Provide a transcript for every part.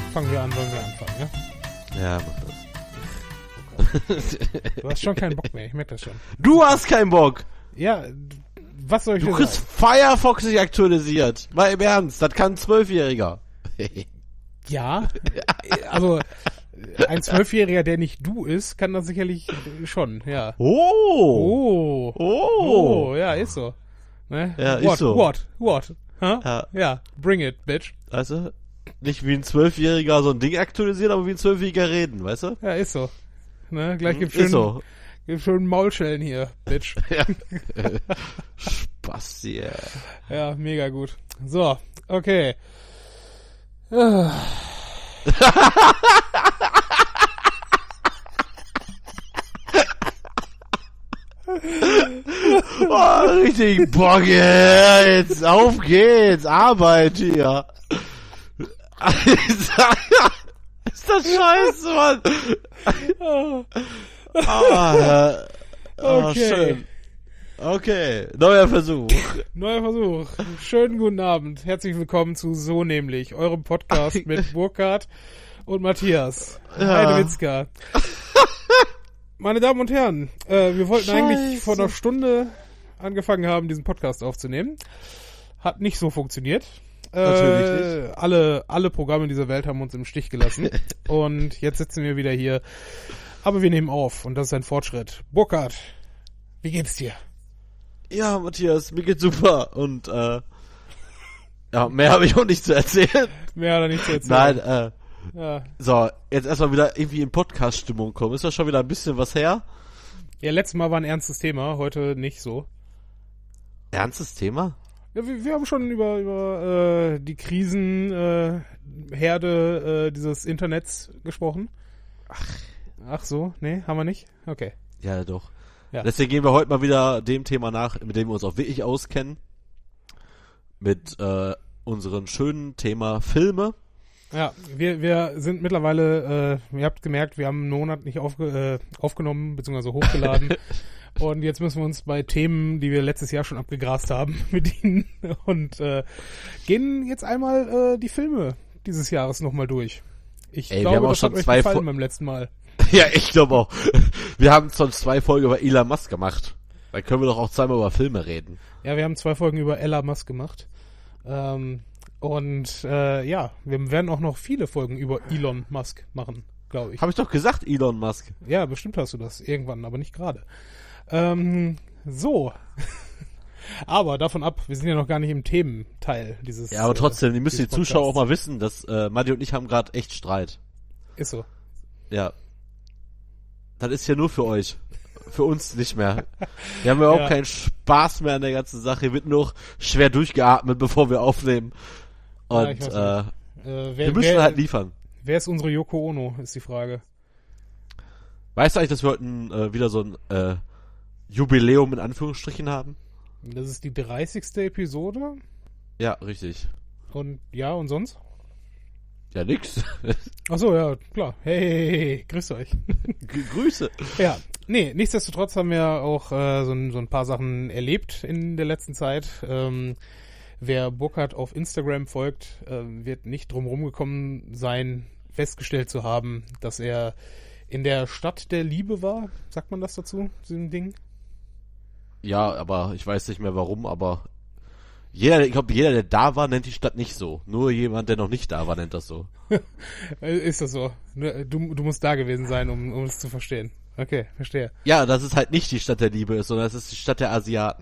Wollen wir anfangen, ja? Ja, mach das. Du hast schon keinen Bock mehr, ich merke das schon. Du hast keinen Bock! Ja, was soll ich Du dir kriegst sagen? Firefox nicht aktualisiert. Mal im Ernst, das kann ein 12-Jähriger. Ja, also ein 12-Jähriger, der nicht du ist, kann das sicherlich schon, ja. Oh! Oh, ja, ist so. Ne? Ja, what, ist so. What? Huh? Ja. Ja, bring it, bitch. Weißt du? Nicht wie ein 12-Jähriger so ein Ding aktualisieren, aber wie ein 12-Jähriger reden, weißt du? Ja, ist so. Ne? Gleich gibt's Ist so. schön Maulschellen hier, bitch. Ja. Spasti, ey. Ja, mega gut. So, okay. Oh, richtig Bock, ey. Jetzt auf geht's, Arbeit hier. Ist das scheiße, Mann. Okay. Schön. Okay, neuer Versuch. Neuer Versuch. Schönen guten Abend. Herzlich willkommen zu So Nämlich, eurem Podcast mit Burkhard und Matthias. Heidewitzka. Meine Damen und Herren, wir wollten eigentlich vor einer Stunde angefangen haben, diesen Podcast aufzunehmen. Hat nicht so funktioniert. Natürlich nicht. Alle Programme dieser Welt haben uns im Stich gelassen. Und jetzt sitzen wir wieder hier. Aber wir nehmen auf und das ist ein Fortschritt. Burkhard, wie geht's dir? Ja, Matthias, mir geht's super. Und ja, mehr habe ich auch nicht zu erzählen. Mehr hat er nicht zu erzählen. Nein, Ja. so, jetzt erstmal wieder irgendwie in Podcast-Stimmung kommen. Ist doch schon wieder ein bisschen was her? Ja, letztes Mal war ein ernstes Thema, heute nicht so. Ernstes Thema? Ja, wir haben schon über die Krisenherde dieses Internets gesprochen. Ach so, nee, haben wir nicht? Okay. Ja, doch. Ja. Deswegen gehen wir heute mal wieder dem Thema nach, mit dem wir uns auch wirklich auskennen. Mit unserem schönen Thema Filme. Ja, wir sind mittlerweile, ihr habt gemerkt, wir haben einen Monat nicht aufgenommen, beziehungsweise hochgeladen. Und jetzt müssen wir uns bei Themen, die wir letztes Jahr schon abgegrast haben, bedienen. Und gehen jetzt einmal die Filme dieses Jahres nochmal durch. Ich wir glaube, haben auch das schon hat euch zwei gefallen beim letzten Mal. Ja, ich glaube auch. Wir haben schon 2 Folgen über Elon Musk gemacht. Dann können wir doch auch zweimal über Filme reden. Ja, wir haben 2 Folgen über Elon Musk gemacht. Ja, wir werden auch noch viele Folgen über Elon Musk machen, glaube ich. Habe ich doch gesagt, Elon Musk. Ja, bestimmt hast du das irgendwann, aber nicht gerade. So. Aber davon ab, wir sind ja noch gar nicht im Thementeil dieses. Ja, aber trotzdem, die müssen die dieses Zuschauer auch Podcasts. mal wissen, dass Matti und ich haben gerade echt Streit. Ist so. Ja. Das ist ja nur für euch. Für uns nicht mehr. Wir haben ja auch Ja. keinen Spaß mehr an der ganzen Sache. Hier wird nur noch schwer durchgeatmet, bevor wir aufnehmen. Ja, Und ich weiß wir müssen halt liefern. Wer ist unsere Yoko Ono, ist die Frage. Weißt du eigentlich, dass wir heute wieder so ein Jubiläum in Anführungsstrichen haben? Das ist die 30. Episode. Ja, richtig. Und ja, und sonst? Ja, nix. Ach so, ja, klar. Hey, grüßt euch. Grüße. Ja, nee, nichtsdestotrotz haben wir auch so ein paar Sachen erlebt in der letzten Zeit. Wer Burkhard auf Instagram folgt, wird nicht drum rumgekommen sein, festgestellt zu haben, dass er in der Stadt der Liebe war. Sagt man das dazu, diesem Ding? Ja, aber ich weiß nicht mehr warum, aber ich glaube, jeder, der da war, nennt die Stadt nicht so. Nur jemand, der noch nicht da war, nennt das so. Ist das so? Du musst da gewesen sein, um es zu verstehen. Okay, verstehe. Ja, dass es halt nicht die Stadt der Liebe ist, sondern es ist die Stadt der Asiaten.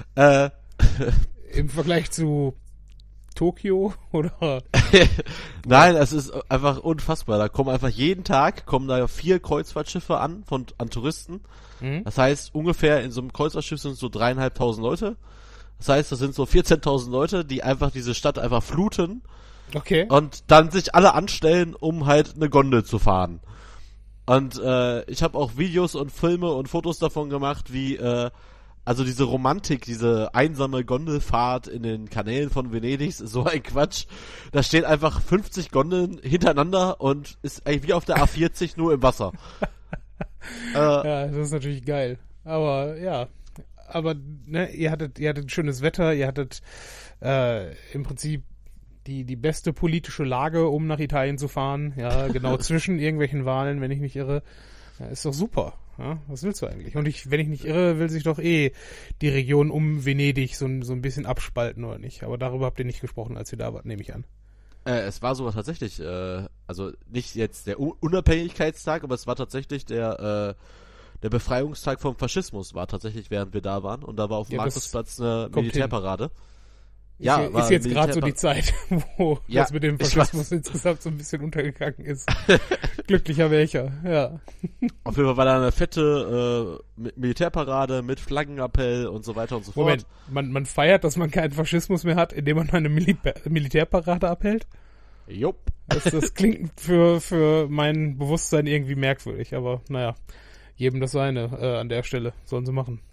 Im Vergleich zu Tokio oder? Nein, es ist einfach unfassbar. Da kommen einfach jeden Tag 4 Kreuzfahrtschiffe an Touristen. Mhm. Das heißt, ungefähr in so einem Kreuzfahrtschiff sind so 3.500 Leute. Das heißt, das sind so 14.000 Leute, die einfach diese Stadt einfach fluten Okay. und dann sich alle anstellen, um halt eine Gondel zu fahren. Und ich habe auch Videos und Filme und Fotos davon gemacht, wie also diese Romantik, diese einsame Gondelfahrt in den Kanälen von Venedigs ist so ein Quatsch. Da stehen einfach 50 Gondeln hintereinander und ist eigentlich wie auf der A40 nur im Wasser. Ja, das ist natürlich geil. Aber ja, aber ne, ihr hattet schönes Wetter, ihr hattet im Prinzip die beste politische Lage, um nach Italien zu fahren. Ja, genau zwischen irgendwelchen Wahlen, wenn ich nicht irre. Ja, ist doch super. Ja, was willst du eigentlich? Und wenn ich nicht irre, will sich doch die Region um Venedig so ein bisschen abspalten, oder nicht? Aber darüber habt ihr nicht gesprochen, als ihr da wart, nehme ich an. Es war sogar tatsächlich, also nicht jetzt der Unabhängigkeitstag, aber es war tatsächlich der Befreiungstag vom Faschismus war tatsächlich, während wir da waren. Und da war auf dem Markusplatz eine Militärparade. Ja, ist jetzt gerade so die Zeit, wo das mit dem Faschismus insgesamt so ein bisschen untergegangen ist. Glücklicher welcher, ja. Auf jeden Fall war da eine fette Militärparade mit Flaggenappell und so weiter und so fort. Moment, man feiert, dass man keinen Faschismus mehr hat, indem man eine Militärparade abhält? Jupp. Das klingt für mein Bewusstsein irgendwie merkwürdig, aber naja, jedem das seine an der Stelle, sollen sie machen.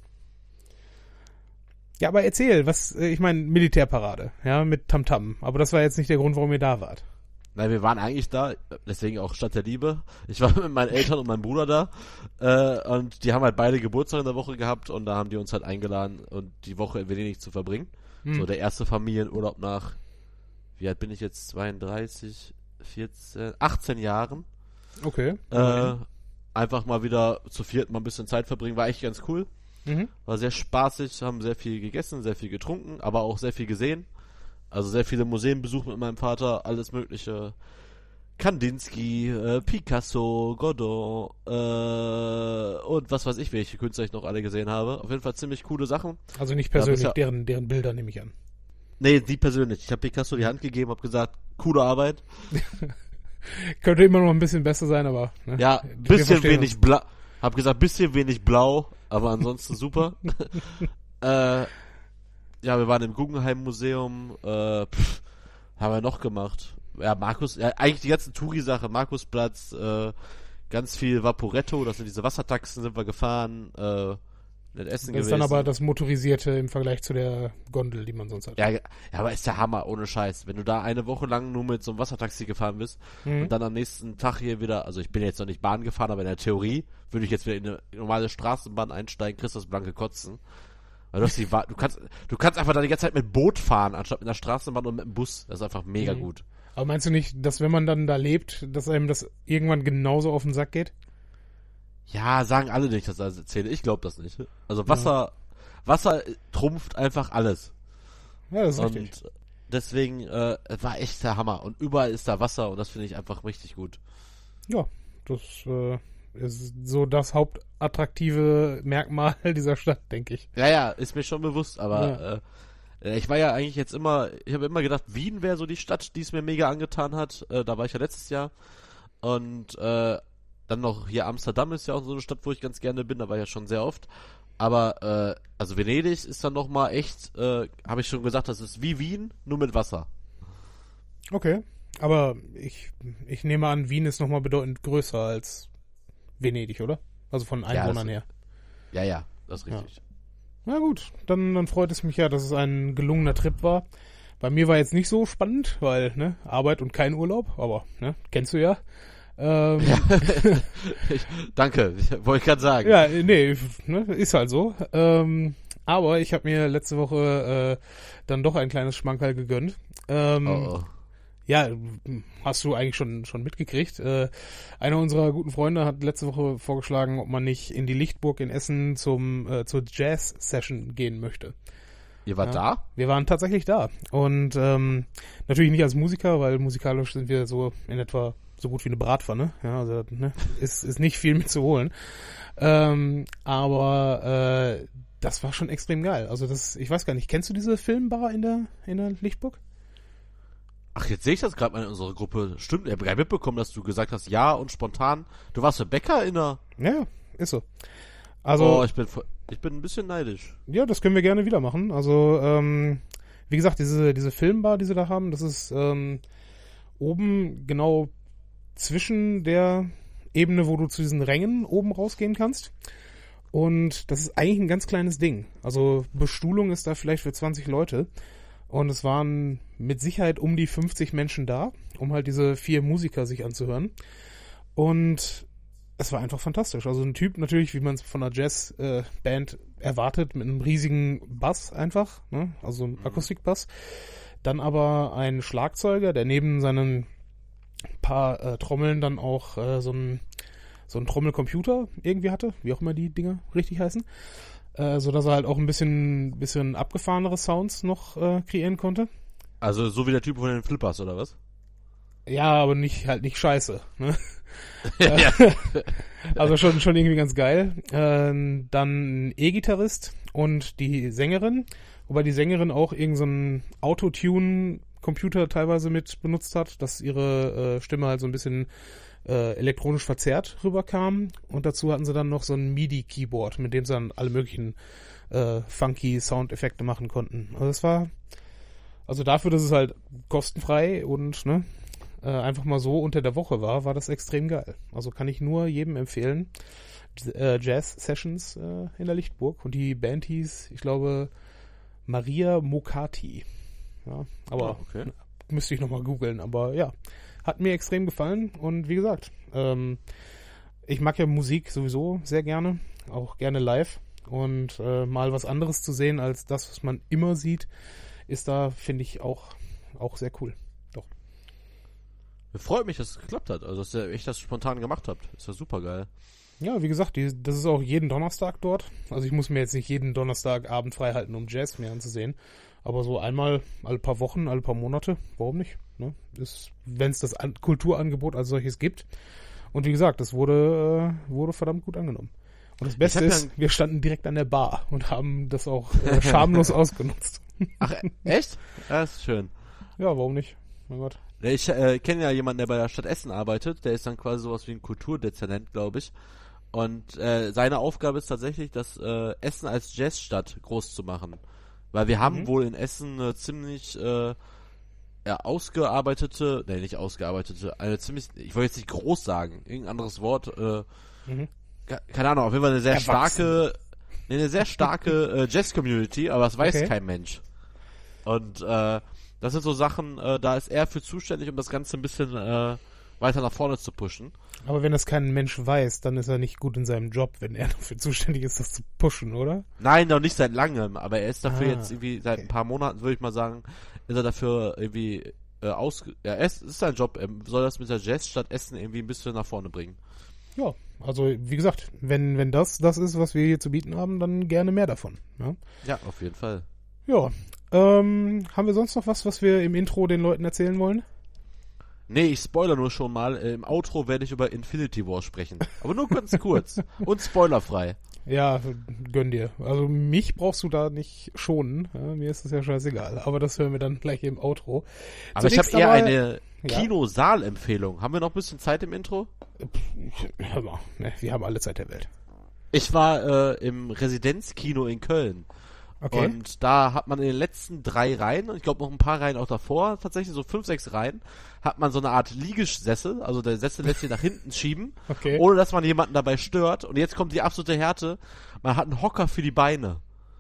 Ja, aber erzähl, ich meine, Militärparade, ja, mit Tamtam. Aber das war jetzt nicht der Grund, warum ihr da wart. Nein, wir waren eigentlich da, deswegen auch Stadt der Liebe. Ich war mit meinen Eltern und meinem Bruder da und die haben halt beide Geburtstag in der Woche gehabt und da haben die uns halt eingeladen und die Woche in Venedig zu verbringen. So der erste Familienurlaub nach, wie alt bin ich jetzt, 32, 14, 18 Jahren. Okay. Einfach mal wieder zu viert mal ein bisschen Zeit verbringen, war echt ganz cool. War sehr spaßig, haben sehr viel gegessen, sehr viel getrunken, aber auch sehr viel gesehen. Also sehr viele Museen besucht mit meinem Vater, alles mögliche. Kandinsky, Picasso, Godot und was weiß ich, welche Künstler ich noch alle gesehen habe. Auf jeden Fall ziemlich coole Sachen. Also nicht persönlich, deren Bilder nehme ich an. Nee, die persönlich. Ich habe Picasso die Hand gegeben, habe gesagt, coole Arbeit. Könnte immer noch ein bisschen besser sein, aber... Ne? Ja, bisschen wenig blau. Hab gesagt, bisschen wenig blau, aber ansonsten super. Ja, wir waren im Guggenheim-Museum. Haben wir noch gemacht? Ja, eigentlich die ganzen Touri-Sache. Markusplatz, ganz viel Vaporetto, das sind diese Wassertaxen, sind wir gefahren. Essen das gewesen. ist dann aber das Motorisierte im Vergleich zu der Gondel, die man sonst hat. Ja, aber ist der Hammer, ohne Scheiß. Wenn du da eine Woche lang nur mit so einem Wassertaxi gefahren bist und dann am nächsten Tag hier wieder, also ich bin jetzt noch nicht Bahn gefahren, aber in der Theorie würde ich jetzt wieder in eine normale Straßenbahn einsteigen, kriegst das blanke Kotzen. Weil du kannst einfach da die ganze Zeit mit Boot fahren, anstatt mit einer Straßenbahn und mit dem Bus. Das ist einfach mega gut. Aber meinst du nicht, dass wenn man dann da lebt, dass einem das irgendwann genauso auf den Sack geht? Ja, sagen alle nicht, dass ich das erzähle. Ich glaube das nicht. Also Wasser trumpft einfach alles. Ja, das ist richtig. Und deswegen war echt der Hammer. Und überall ist da Wasser und das finde ich einfach richtig gut. Ja, das ist so das hauptattraktive Merkmal dieser Stadt, denke ich. Ja, ist mir schon bewusst, aber ich war ja eigentlich ich habe immer gedacht, Wien wäre so die Stadt, die es mir mega angetan hat. Da war ich ja letztes Jahr. Und dann noch hier Amsterdam ist ja auch so eine Stadt, wo ich ganz gerne bin, da war ich ja schon sehr oft. Aber, also Venedig ist dann nochmal echt, habe ich schon gesagt, das ist wie Wien, nur mit Wasser. Okay, aber ich nehme an, Wien ist nochmal bedeutend größer als Venedig, oder? Also von Einwohnern her. Ja, das ist richtig. Na gut, dann freut es mich ja, dass es ein gelungener Trip war. Bei mir war jetzt nicht so spannend, weil, ne, Arbeit und kein Urlaub, aber, ne, kennst du ja. Danke, wollte ich gerade sagen. Ja, nee, ne, ist halt so. Aber ich habe mir letzte Woche dann doch ein kleines Schmankerl gegönnt. Ja, hast du eigentlich schon mitgekriegt. Einer unserer guten Freunde hat letzte Woche vorgeschlagen, ob man nicht in die Lichtburg in Essen zur Jazz-Session gehen möchte. Ihr wart da? Wir waren tatsächlich da. Und natürlich nicht als Musiker, weil musikalisch sind wir so in etwa so gut wie eine Bratpfanne. Ja, also ne, ist nicht viel mitzuholen. Aber das war schon extrem geil. Also ich weiß gar nicht, kennst du diese Filmbar in der Lichtburg? Ach, jetzt sehe ich das gerade mal in unserer Gruppe. Stimmt, ich habe gar nicht mitbekommen, dass du gesagt hast, ja, und spontan. Du warst für Bäcker in der... Ja, ist so. Also, ich bin ein bisschen neidisch. Ja, das können wir gerne wieder machen. Also, wie gesagt, diese Filmbar, die sie da haben, das ist oben genau zwischen der Ebene, wo du zu diesen Rängen oben rausgehen kannst. Und das ist eigentlich ein ganz kleines Ding. Also Bestuhlung ist da vielleicht für 20 Leute. Und es waren mit Sicherheit um die 50 Menschen da, um halt diese 4 Musiker sich anzuhören. Und es war einfach fantastisch. Also ein Typ natürlich, wie man es von einer Jazzband erwartet, mit einem riesigen Bass einfach, ne? Also ein Akustikbass, Dann aber ein Schlagzeuger, der neben seinen paar Trommeln dann auch so einen Trommelcomputer irgendwie hatte, wie auch immer die Dinger richtig heißen, sodass er halt auch ein bisschen abgefahrenere Sounds noch kreieren konnte. Also so wie der Typ von den Flippers, oder was? Ja, aber nicht scheiße, ne? Ja. Also schon irgendwie ganz geil. Dann ein E-Gitarrist und die Sängerin, wobei die Sängerin auch irgendeinen Autotune-Computer teilweise mit benutzt hat, dass ihre Stimme halt so ein bisschen elektronisch verzerrt rüberkam. Und dazu hatten sie dann noch so ein MIDI-Keyboard, mit dem sie dann alle möglichen funky Soundeffekte machen konnten. Also das war, also dafür, dass es halt kostenfrei und ne, einfach mal so unter der Woche war das extrem geil. Also kann ich nur jedem empfehlen. Jazz-Sessions in der Lichtburg. Und die Band hieß, ich glaube, Maria Mokati. Ja, aber okay. Müsste ich nochmal googeln. Aber ja, hat mir extrem gefallen. Und wie gesagt, ich mag ja Musik sowieso sehr gerne. Auch gerne live. Und mal was anderes zu sehen als das, was man immer sieht, ist da, finde ich, auch sehr cool. Doch. Freut mich, dass es geklappt hat. Also, dass ihr echt das spontan gemacht habt. Ist ja super geil. Ja, wie gesagt, das ist auch jeden Donnerstag dort. Also ich muss mir jetzt nicht jeden Donnerstagabend frei halten, um Jazz mir anzusehen. Aber so einmal alle paar Wochen, alle paar Monate, warum nicht? Ne? Wenn es das Kulturangebot als solches gibt. Und wie gesagt, das wurde verdammt gut angenommen. Und das Beste ist, wir standen direkt an der Bar und haben das auch schamlos ausgenutzt. Ach, echt? Ja, das ist schön. Ja, warum nicht? Mein Gott. Ich kenne ja jemanden, der bei der Stadt Essen arbeitet. Der ist dann quasi sowas wie ein Kulturdezernent, glaube ich. Und seine Aufgabe ist tatsächlich, das Essen als Jazzstadt groß zu machen. Weil wir haben wohl in Essen eine ziemlich ausgearbeitete, nicht ausgearbeitete, eine ziemlich, ich wollte jetzt nicht groß sagen, irgendein anderes Wort, keine Ahnung, auf jeden Fall eine sehr starke Jazz-Community, aber das weiß kein Mensch. Und das sind so Sachen, da ist er für zuständig, um das Ganze ein bisschen weiter nach vorne zu pushen. Aber wenn das kein Mensch weiß, dann ist er nicht gut in seinem Job, wenn er dafür zuständig ist, das zu pushen, oder? Nein, noch nicht seit langem, aber er ist dafür jetzt irgendwie seit ein paar Monaten, würde ich mal sagen, ist er dafür irgendwie es ist sein Job, er soll das mit der Jazzstadt Essen irgendwie ein bisschen nach vorne bringen. Ja, also wie gesagt, wenn das ist, was wir hier zu bieten haben, dann gerne mehr davon. Ja, auf jeden Fall. Ja, haben wir sonst noch was wir im Intro den Leuten erzählen wollen? Nee, ich spoiler nur schon mal. Im Outro werde ich über Infinity War sprechen. Aber nur ganz kurz. Und spoilerfrei. Ja, gönn dir. Also mich brauchst du da nicht schonen. Ja, mir ist das ja scheißegal. Aber das hören wir dann gleich im Outro. Aber ich habe eher eine Kinosaal-Empfehlung. Haben wir noch ein bisschen Zeit im Intro? Hör mal, wir haben alle Zeit der Welt. Ich war im Residenzkino in Köln. Okay. Und da hat man in den letzten 3 Reihen, und ich glaube noch ein paar Reihen auch davor, tatsächlich so 5, 6 Reihen, hat man so eine Art Liegessessel, also der Sessel lässt sich nach hinten schieben, ohne dass man jemanden dabei stört. Und jetzt kommt die absolute Härte, man hat einen Hocker für die Beine.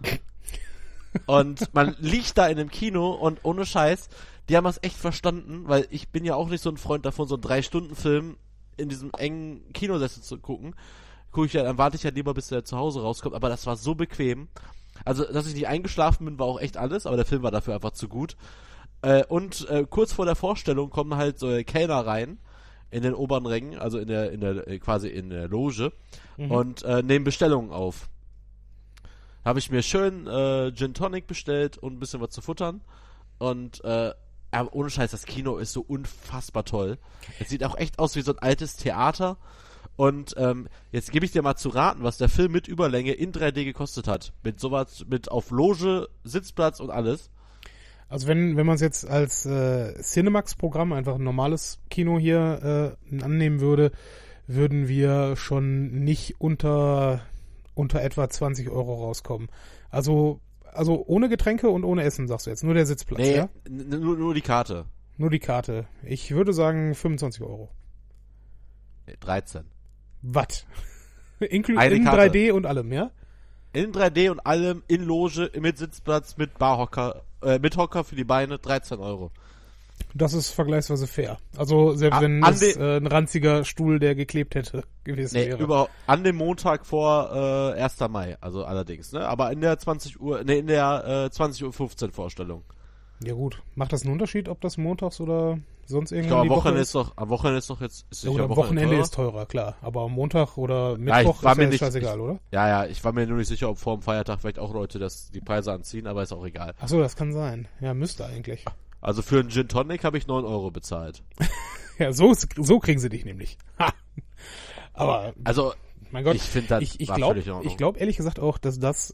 Und man liegt da in einem Kino und ohne Scheiß, die haben das echt verstanden, weil ich bin ja auch nicht so ein Freund davon, so einen 3-Stunden-Film in diesem engen Kinosessel zu gucken. Dann warte ich ja lieber, bis der zu Hause rauskommt, aber das war so bequem. Also, dass ich nicht eingeschlafen bin, war auch echt alles, aber der Film war dafür einfach zu gut. Und kurz vor der Vorstellung kommen halt so Kellner rein in den oberen Rängen, also quasi in der Loge und nehmen Bestellungen auf. Da habe ich mir schön Gin Tonic bestellt und ein bisschen was zu futtern. Und aber ohne Scheiß, das Kino ist so unfassbar toll. Es sieht auch echt aus wie so ein altes Theater. Und jetzt gebe ich dir mal zu raten, was der Film mit Überlänge in 3D gekostet hat. Mit sowas, mit auf Loge, Sitzplatz und alles. Also wenn man es jetzt als Cinemax-Programm, einfach ein normales Kino hier annehmen würde, würden wir schon nicht unter etwa 20 Euro rauskommen. Also ohne Getränke und ohne Essen, sagst du jetzt. Nur der Sitzplatz, nee, ja? Nur die Karte. Nur die Karte. Ich würde sagen 25 Euro. 13. Was? In 3D und allem, ja? In 3D und allem, in Loge, mit Sitzplatz, mit Barhocker, mit Hocker für die Beine, 13 Euro. Das ist vergleichsweise fair. Also selbst wenn es ein ranziger Stuhl, der geklebt hätte, gewesen wäre. An dem Montag vor 1. Mai, also allerdings, ne? Aber in der 20 Uhr 15 Vorstellung. Ja gut, macht das einen Unterschied, ob das montags oder sonst Ich irgendwann glaube, die Woche am Wochenende ist doch jetzt, ist Ja, sicher gut, am Wochenende teurer. ist teurer, klar. Aber am Montag oder Ja, ich Mittwoch war ist mir ja nicht- scheißegal, oder? Ja, ich war mir nur nicht sicher, ob vor dem Feiertag vielleicht auch Leute die Preise anziehen, aber ist auch egal. Achso, das kann sein. Ja, müsste eigentlich. Also für einen Gin Tonic habe ich 9 Euro bezahlt. Ja, so kriegen sie dich nämlich. Ha. Aber, Also, mein Gott, ich finde, das ich war glaube völlig in Ordnung. glaub ehrlich gesagt auch, dass das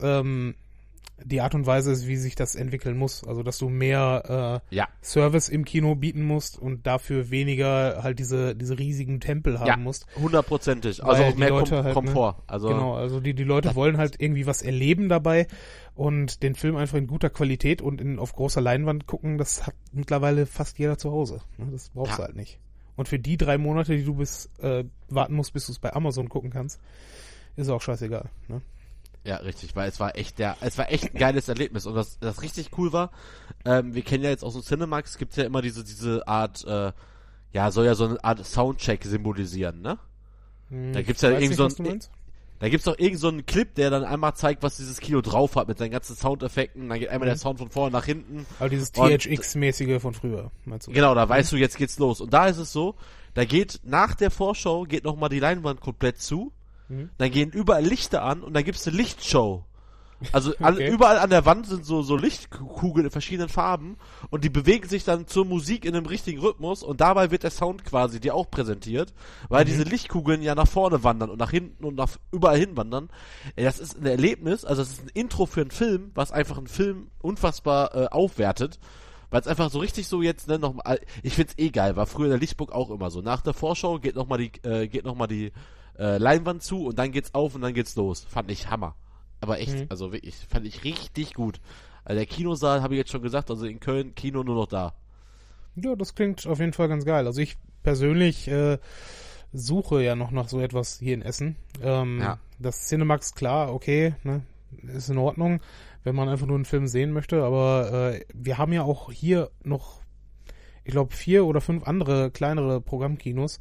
die Art und Weise ist, wie sich das entwickeln muss. Also, dass du mehr Ja, Service im Kino bieten musst und dafür weniger halt diese riesigen Tempel haben ja, musst. 100%. Also Weil auch die mehr Leute halt, Komfort. Also, Genau, also die Leute wollen halt irgendwie was erleben dabei und den Film einfach in guter Qualität und auf großer Leinwand gucken, das hat mittlerweile fast jeder zu Hause. Ne? Das brauchst Ja. du halt nicht. Und für die 3 Monate, die du warten musst, bis du es bei Amazon gucken kannst, ist auch scheißegal. Ne? ja, richtig, weil es war echt ein geiles Erlebnis. Und das richtig cool war, wir kennen ja jetzt auch so Cinemax, es gibt ja immer diese Art, soll ja so eine Art Soundcheck symbolisieren, ne? Da gibt's ja Weiß irgendwie nicht, so was du meinst? Da gibt's doch irgend so einen Clip, der dann einmal zeigt, was dieses Kino drauf hat mit seinen ganzen Soundeffekten. Dann geht einmal der Sound von vorne nach hinten. Aber dieses Und- THX-mäßige von früher, meinst du? Genau, da weißt du, jetzt geht's los. Und da ist es so, da geht nach der Vorschau geht nochmal die Leinwand komplett zu. Dann gehen überall Lichter an und dann gibt's eine Lichtshow. Also Okay. überall an der Wand sind so Lichtkugeln in verschiedenen Farben und die bewegen sich dann zur Musik in einem richtigen Rhythmus und dabei wird der Sound quasi dir auch präsentiert, weil diese Lichtkugeln ja nach vorne wandern und nach hinten und überall hin wandern. Das ist ein Erlebnis, also das ist ein Intro für einen Film, was einfach einen Film unfassbar aufwertet. Weil es einfach so richtig so jetzt, ne, nochmal, ich find's eh geil, war früher in der Lichtburg auch immer so. Nach der Vorschau geht nochmal die Leinwand zu und dann geht's auf und dann geht's los. Fand ich Hammer. Aber echt, also wirklich, fand ich richtig gut. Also der Kinosaal, habe ich jetzt schon gesagt, also in Köln, Kino nur noch da. Ja, das klingt auf jeden Fall ganz geil. Also ich persönlich suche ja noch nach so etwas hier in Essen. Ja. Das Cinemax, klar, okay, ne, ist in Ordnung, wenn man einfach nur einen Film sehen möchte, aber wir haben ja auch hier noch, ich glaube, 4 oder 5 andere kleinere Programmkinos,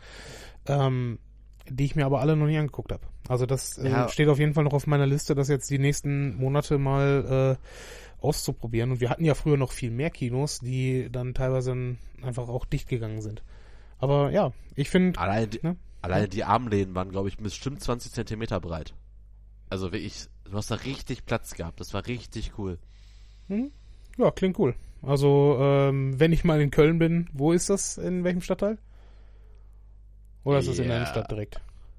die ich mir aber alle noch nie angeguckt habe. Also das Ja. steht auf jeden Fall noch auf meiner Liste, das jetzt die nächsten Monate mal auszuprobieren. Und wir hatten ja früher noch viel mehr Kinos, die dann teilweise einfach auch dicht gegangen sind. Aber ja, ich finde, Alleine die Armlehnen waren, glaube ich, bestimmt 20 Zentimeter breit. Also wirklich, du hast da richtig Platz gehabt, das war richtig cool. ja, klingt cool. Also, wenn ich mal in Köln bin, wo ist das? In welchem Stadtteil? Oder ist das in der Ja. Innenstadt direkt?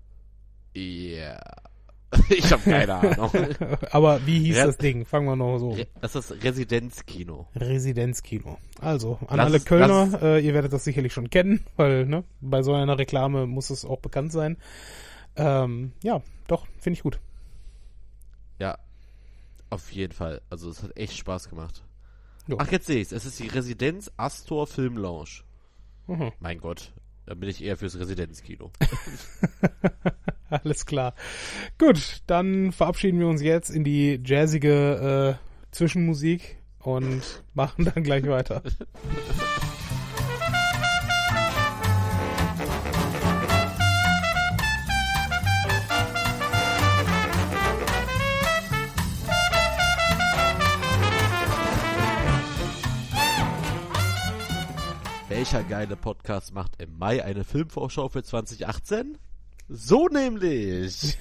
Ja. Ich habe keine Ahnung. Aber wie hieß Ja. das Ding? Fangen wir noch so. Das ist Residenzkino. Residenzkino. Also, an Lass alle es- Kölner, ihr werdet das sicherlich schon kennen, weil ne, bei so einer Reklame muss es auch bekannt sein. Ja, doch, finde ich gut. Ja, auf jeden Fall. Also es hat echt Spaß gemacht. Jo. Ach, jetzt sehe ich's. Es ist die Residenz Astor Film Lounge. Mhm. Mein Gott, da bin ich eher fürs Residenzkino. Alles klar. Gut, dann verabschieden wir uns jetzt in die jazzige Zwischenmusik und machen dann gleich weiter. Welcher geile Podcast macht im Mai eine Filmvorschau für 2018? So nämlich.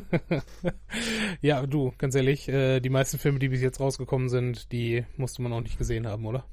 Ja, du, ganz ehrlich, die meisten Filme, die bis jetzt rausgekommen sind, die musste man auch nicht gesehen haben, oder?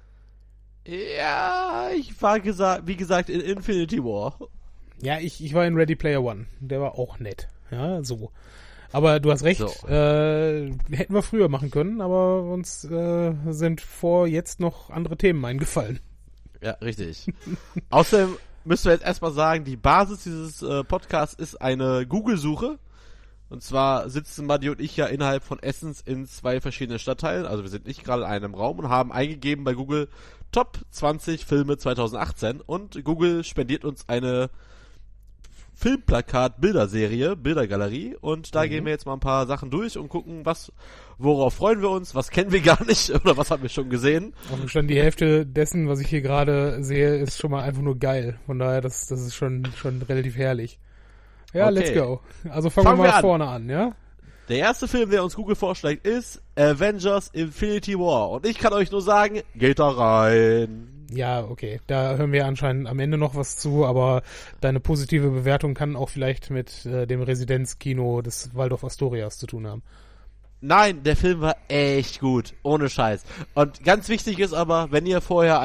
Ja, ich war wie gesagt in Infinity War. Ja, ich war in Ready Player One. Der war auch nett. Ja, so. Aber du hast recht, So. hätten wir früher machen können, aber uns sind vor jetzt noch andere Themen eingefallen. Ja, richtig. Außerdem müssen wir jetzt erstmal sagen, die Basis dieses Podcasts ist eine Google-Suche. Und zwar sitzen Matti und ich ja innerhalb von Essens in 2 verschiedenen Stadtteilen. Also wir sind nicht gerade in einem Raum und haben eingegeben bei Google Top 20 Filme 2018. Und Google spendiert uns eine Filmplakat-Bilderserie, Bildergalerie. Und da gehen wir jetzt mal ein paar Sachen durch und gucken, worauf freuen wir uns, was kennen wir gar nicht oder was haben wir schon gesehen. Auf dem Stand die Hälfte dessen, was ich hier gerade sehe, ist schon mal einfach nur geil. Von daher, das ist schon relativ herrlich. Ja, Okay. let's go. Also fangen wir mal an. vorne an, ja? Der erste Film, der uns Google vorschlägt, ist Avengers Infinity War. Und ich kann euch nur sagen, geht da rein. Ja, okay. Da hören wir anscheinend am Ende noch was zu, aber deine positive Bewertung kann auch vielleicht mit dem Residenzkino des Waldorf Astorias zu tun haben. Nein, der Film war echt gut. Ohne Scheiß. Und ganz wichtig ist aber, wenn ihr vorher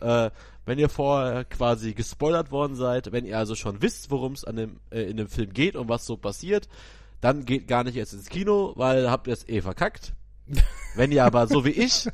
quasi gespoilert worden seid, wenn ihr also schon wisst, worum es in dem Film geht und was so passiert, dann geht gar nicht erst ins Kino, weil habt ihr es verkackt. Wenn ihr aber so wie ich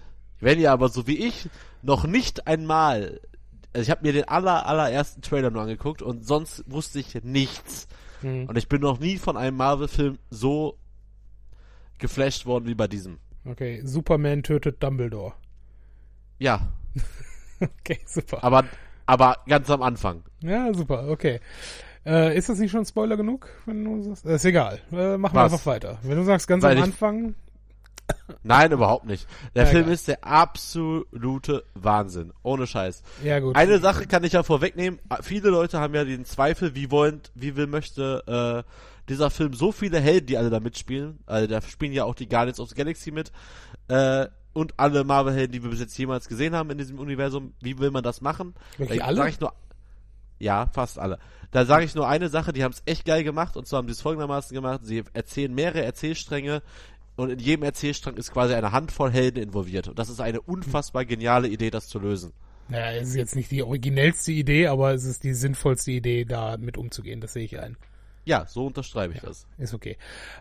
noch nicht einmal, also ich habe mir den allerersten Trailer nur angeguckt und sonst wusste ich nichts. Und ich bin noch nie von einem Marvel-Film so geflasht worden wie bei diesem. Okay, Superman tötet Dumbledore. Ja. Okay, super. Aber ganz am Anfang. Ja, super, okay. Ist das nicht schon Spoiler genug, wenn du sagst? Ist egal. Machen wir einfach weiter. Wenn du sagst ganz am Anfang. Nein, überhaupt nicht. Der Film egal. ist der absolute Wahnsinn. Ohne Scheiß. Ja, gut. Eine Sache kann ich ja vorwegnehmen. Viele Leute haben ja den Zweifel, möchte dieser Film so viele Helden, die alle da mitspielen. Also da spielen ja auch die Guardians of the Galaxy mit. Und alle Marvel-Helden, die wir bis jetzt jemals gesehen haben in diesem Universum. Wie will man das machen? Wirklich alle? Ja, fast alle. Da sage ich nur eine Sache, die haben es echt geil gemacht, und zwar haben sie es folgendermaßen gemacht: Sie erzählen mehrere Erzählstränge und in jedem Erzählstrang ist quasi eine Handvoll Helden involviert. Und das ist eine unfassbar geniale Idee, das zu lösen. Naja, es ist jetzt nicht die originellste Idee, aber es ist die sinnvollste Idee, da mit umzugehen, das sehe ich ein. Ja, so unterschreibe ich das. Ist okay.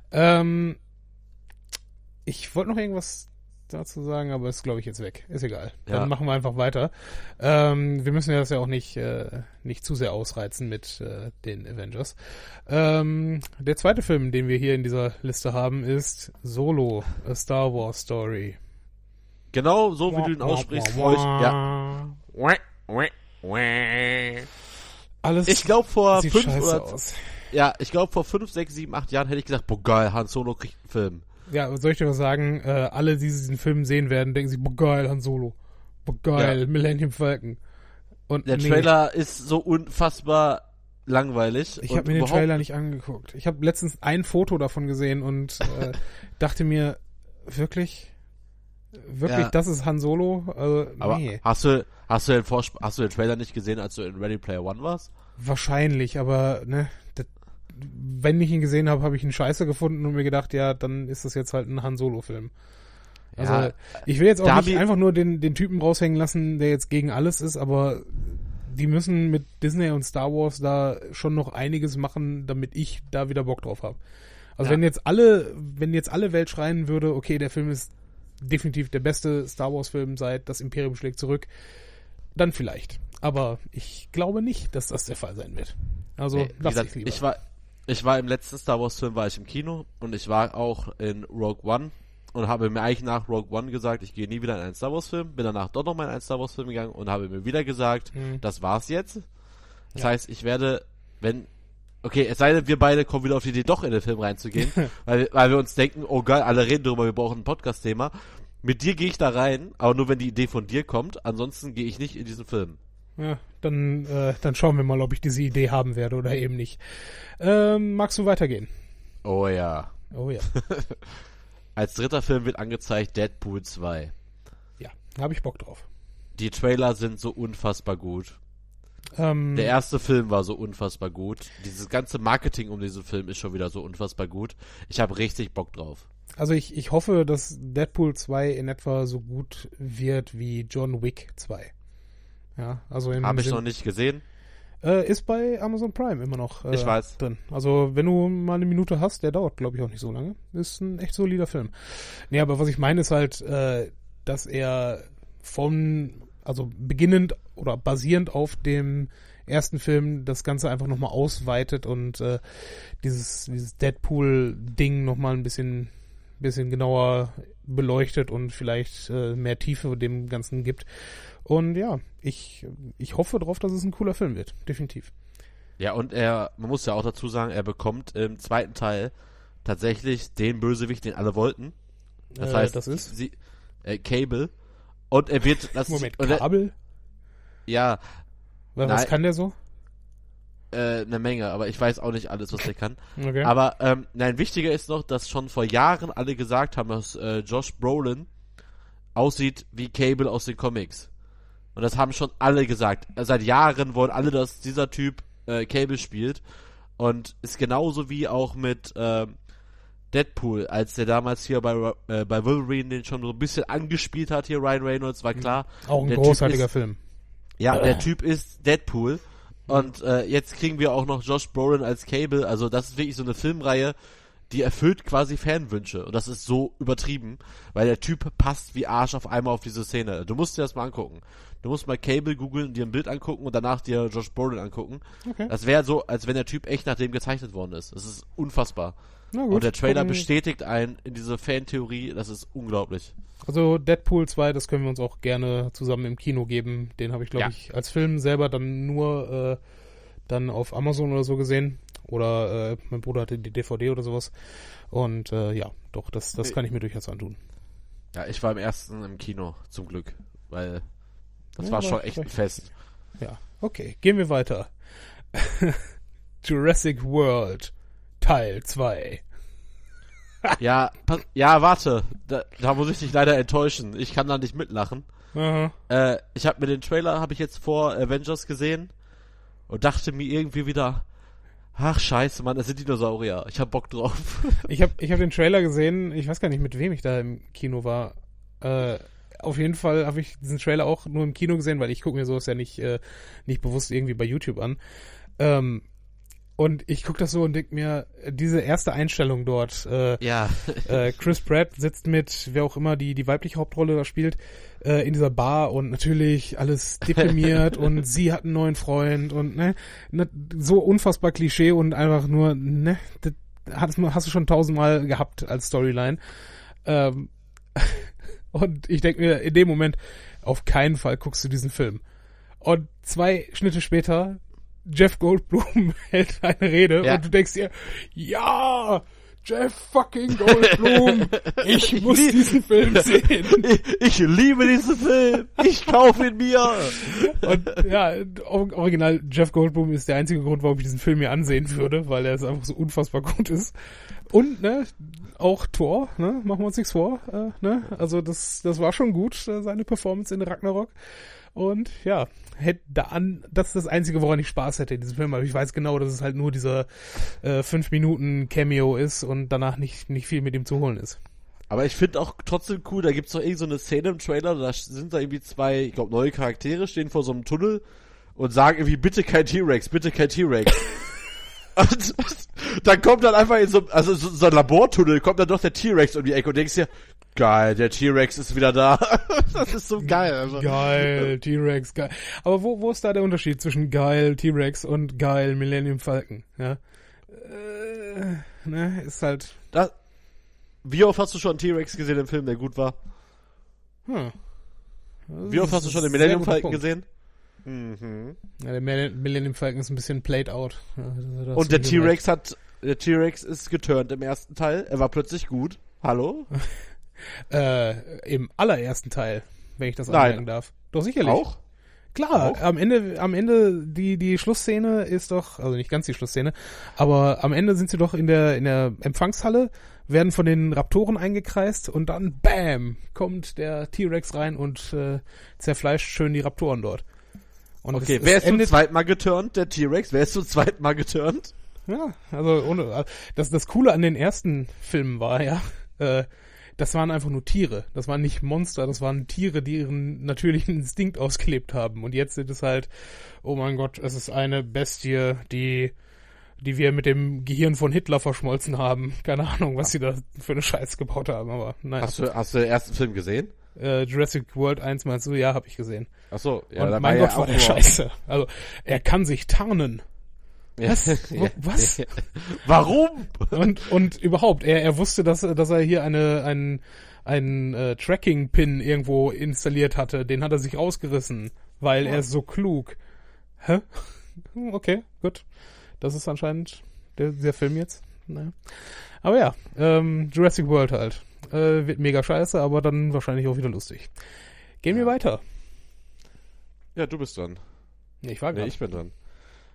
Ich wollte noch irgendwas dazu sagen, aber ist, glaube ich, jetzt weg. Ist egal. Dann machen wir einfach weiter. Wir müssen ja das ja auch nicht zu sehr ausreizen mit den Avengers. Der zweite Film, den wir hier in dieser Liste haben, ist Solo, A Star Wars Story. Genau so, wie du ihn aussprichst, freue ich. Ja. Alles ich glaube vor sieht 5 scheiße oder aus. Ja, ich glaube vor 5, 6, 7, 8 Jahren hätte ich gesagt, boah geil, Han Solo kriegt einen Film. Ja, soll ich dir was sagen? Alle, die diesen Film sehen werden, denken sich, boah geil, Han Solo. Boah geil, Millennium Falcon. Und der Trailer ist so unfassbar langweilig. Ich habe mir den Trailer nicht angeguckt. Ich habe letztens ein Foto davon gesehen und dachte mir, wirklich, das ist Han Solo? Also, aber nee. Hast du den Trailer nicht gesehen, als du in Ready Player One warst? Wahrscheinlich, aber ne, wenn ich ihn gesehen habe, habe ich ihn scheiße gefunden und mir gedacht, ja, dann ist das jetzt halt ein Han Solo-Film. Also, Ja, ich will jetzt auch nicht einfach nur den Typen raushängen lassen, der jetzt gegen alles ist, aber die müssen mit Disney und Star Wars da schon noch einiges machen, damit ich da wieder Bock drauf habe. Also wenn jetzt alle Welt schreien würde, okay, der Film ist definitiv der beste Star Wars Film seit Das Imperium schlägt zurück, dann vielleicht. Aber ich glaube nicht, dass das der Fall sein wird. Also, lass ich lieber. Ich war im letzten Star Wars Film, war ich im Kino, und ich war auch in Rogue One und habe mir eigentlich nach Rogue One gesagt, ich gehe nie wieder in einen Star Wars Film, bin danach doch nochmal in einen Star Wars Film gegangen und habe mir wieder gesagt, das war's jetzt. Das heißt, ich werde, es sei denn, wir beide kommen wieder auf die Idee, doch in den Film reinzugehen, weil wir uns denken, oh geil, alle reden darüber, wir brauchen ein Podcast-Thema. Mit dir gehe ich da rein, aber nur wenn die Idee von dir kommt, ansonsten gehe ich nicht in diesen Film. Ja, dann schauen wir mal, ob ich diese Idee haben werde oder eben nicht. Magst du weitergehen? Oh ja. Oh ja. Als dritter Film wird angezeigt Deadpool 2. Ja, da habe ich Bock drauf. Die Trailer sind so unfassbar gut. Der erste Film war so unfassbar gut. Dieses ganze Marketing um diesen Film ist schon wieder so unfassbar gut. Ich habe richtig Bock drauf. Also ich hoffe, dass Deadpool 2 in etwa so gut wird wie John Wick 2. Ja, also habe ich noch nicht gesehen. Ist bei Amazon Prime immer noch ich weiß. drin. Also wenn du mal eine Minute hast, der dauert, glaube ich, auch nicht so lange. Ist ein echt solider Film. Nee, aber was ich meine ist halt, dass er beginnend oder basierend auf dem ersten Film das Ganze einfach nochmal ausweitet und dieses Deadpool-Ding nochmal ein bisschen genauer beleuchtet und vielleicht mehr Tiefe dem Ganzen gibt. Und ja, ich hoffe drauf, dass es ein cooler Film wird. Definitiv. Ja, und man muss ja auch dazu sagen, er bekommt im zweiten Teil tatsächlich den Bösewicht, den alle wollten. Das heißt, das ist? Cable. Und er wird... Moment, Kabel? Ja. Was kann der so? eine Menge, aber ich weiß auch nicht alles, was der kann. Okay. Aber nein, wichtiger ist noch, dass schon vor Jahren alle gesagt haben, dass Josh Brolin aussieht wie Cable aus den Comics. Und das haben schon alle gesagt. Seit Jahren wollen alle, dass dieser Typ Cable spielt. Und ist genauso wie auch mit Deadpool, als der damals hier bei Wolverine den schon so ein bisschen angespielt hat, hier Ryan Reynolds, war klar. Auch ein großartiger Film. Ja, der Typ ist Deadpool. Und jetzt kriegen wir auch noch Josh Brolin als Cable. Also das ist wirklich so eine Filmreihe, die erfüllt quasi Fanwünsche. Und das ist so übertrieben, weil der Typ passt wie Arsch auf einmal auf diese Szene. Du musst dir das mal angucken. Du musst mal Cable googeln, dir ein Bild angucken und danach dir Josh Brolin angucken. Okay. Das wäre so, als wenn der Typ echt nach dem gezeichnet worden ist. Das ist unfassbar. Na gut, und der Trailer bestätigt einen in diese Fantheorie. Das ist unglaublich. Also Deadpool 2, das können wir uns auch gerne zusammen im Kino geben. Den habe ich, glaube ich, als Film selber dann nur dann auf Amazon oder so gesehen. Oder mein Bruder hatte die DVD oder sowas. Und ja, doch, das kann ich mir durchaus antun. Ja, ich war im ersten im Kino, zum Glück. Weil das war schon echt ein Fest. Ja, okay, gehen wir weiter. Jurassic World Teil 2. Ja, warte. Da muss ich dich leider enttäuschen. Ich kann da nicht mitlachen. Aha. Ich habe mir den Trailer, habe ich jetzt vor Avengers gesehen und dachte mir irgendwie wieder, ach scheiße, Mann, das sind Dinosaurier. Ich hab Bock drauf. Ich hab den Trailer gesehen, ich weiß gar nicht, mit wem ich da im Kino war. Auf jeden Fall habe ich diesen Trailer auch nur im Kino gesehen, weil ich gucke mir sowas ja nicht bewusst irgendwie bei YouTube an. Und ich gucke das so und denke mir, diese erste Einstellung dort, Chris Pratt sitzt mit, wer auch immer die weibliche Hauptrolle da spielt, in dieser Bar und natürlich alles deprimiert und sie hat einen neuen Freund und so unfassbar Klischee und einfach nur, das hast du schon 1000-mal gehabt als Storyline. Und ich denke mir in dem Moment, auf keinen Fall guckst du diesen Film. Und 2 Schnitte später, Jeff Goldblum hält eine Rede und du denkst dir, ja, Jeff fucking Goldblum, ich muss diesen Film sehen. Ich liebe diesen Film, ich kaufe ihn mir. Und ja, original, Jeff Goldblum ist der einzige Grund, warum ich diesen Film mir ansehen würde, weil er es einfach so unfassbar gut ist. Und, auch Thor, machen wir uns nichts vor, also das war schon gut, seine Performance in Ragnarok. Und ja, das ist das Einzige, woran ich Spaß hätte in diesem Film. Aber ich weiß genau, dass es halt nur dieser 5 Minuten Cameo ist und danach nicht viel mit ihm zu holen ist. Aber ich finde auch trotzdem cool, da gibt's doch irgend so eine Szene im Trailer, da sind da irgendwie 2, ich glaube, neue Charaktere, stehen vor so einem Tunnel und sagen irgendwie, bitte kein T-Rex, bitte kein T-Rex. Und dann kommt dann einfach in so ein Labortunnel, kommt dann doch der T-Rex um die Ecke und denkst dir, geil, der T-Rex ist wieder da. Das ist so geil. Also. Geil, T-Rex, geil. Aber wo ist da der Unterschied zwischen geil T-Rex und geil Millennium Falcon? Ja, ist halt... Wie oft hast du schon einen T-Rex gesehen im Film, der gut war? Wie oft hast du schon den Millennium Falcon gesehen? Mhm. Ja, der Millennium Falcon ist ein bisschen played out. Ja, und der T-Rex ist geturnt im ersten Teil. Er war plötzlich gut. Hallo? Im allerersten Teil, wenn ich das anmerken darf. Doch, sicherlich. Auch? Klar, auch? Am Ende die Schlussszene ist doch, also nicht ganz die Schlussszene, aber am Ende sind sie doch in der Empfangshalle, werden von den Raptoren eingekreist und dann, bam, kommt der T-Rex rein und zerfleischt schön die Raptoren dort. Und okay, wer ist zum zweiten Mal geturnt? Der T-Rex? Wer ist zum zweiten Mal geturnt? Ja, also das Coole an den ersten Filmen war ja, das waren einfach nur Tiere. Das waren nicht Monster, das waren Tiere, die ihren natürlichen Instinkt ausgelebt haben. Und jetzt sind es halt, oh mein Gott, es ist eine Bestie, die wir mit dem Gehirn von Hitler verschmolzen haben. Keine Ahnung, was sie da für eine Scheiße gebaut haben, aber naja. Hast du den ersten Film gesehen? Jurassic World 1 meinst du? Ja, habe ich gesehen. Ach so, ja. Und mein Gott, war der scheiße. Also, er kann sich tarnen. Was? Was? Warum? Und überhaupt, er wusste, dass er hier einen Tracking-Pin irgendwo installiert hatte. Den hat er sich ausgerissen, weil er ist so klug. Hä? Okay, gut. Das ist anscheinend der Film jetzt. Naja. Aber ja, Jurassic World halt. Wird mega scheiße, aber dann wahrscheinlich auch wieder lustig. Gehen wir weiter. Ja, du bist dran. Ich war gerade. Nee, ich bin dran.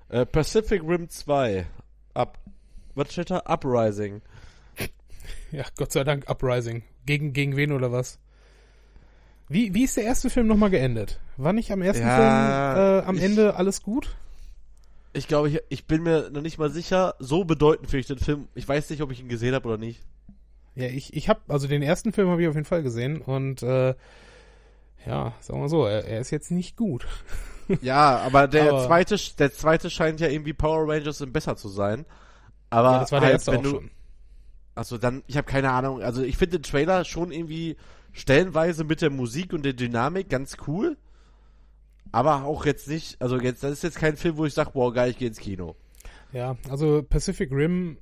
Pacific Rim 2. Was steht da? Uprising. Ja, Gott sei Dank Uprising. Gegen wen oder was? Wie ist der erste Film nochmal geendet? War nicht am ersten Film am Ende alles gut? Ich glaube, ich bin mir noch nicht mal sicher. So bedeutend finde ich den Film. Ich weiß nicht, ob ich ihn gesehen habe oder nicht. Ja, ich habe, also den ersten Film habe ich auf jeden Fall gesehen und ja, sagen wir mal so, er ist jetzt nicht gut. Ja, aber der zweite scheint ja irgendwie Power Rangers besser zu sein. Aber ja, das war der erste auch schon. Also dann, ich habe keine Ahnung. Also ich finde den Trailer schon irgendwie stellenweise mit der Musik und der Dynamik ganz cool. Aber auch jetzt nicht, also das ist jetzt kein Film, wo ich sage, boah, geil, ich gehe ins Kino. Ja, also Pacific Rim,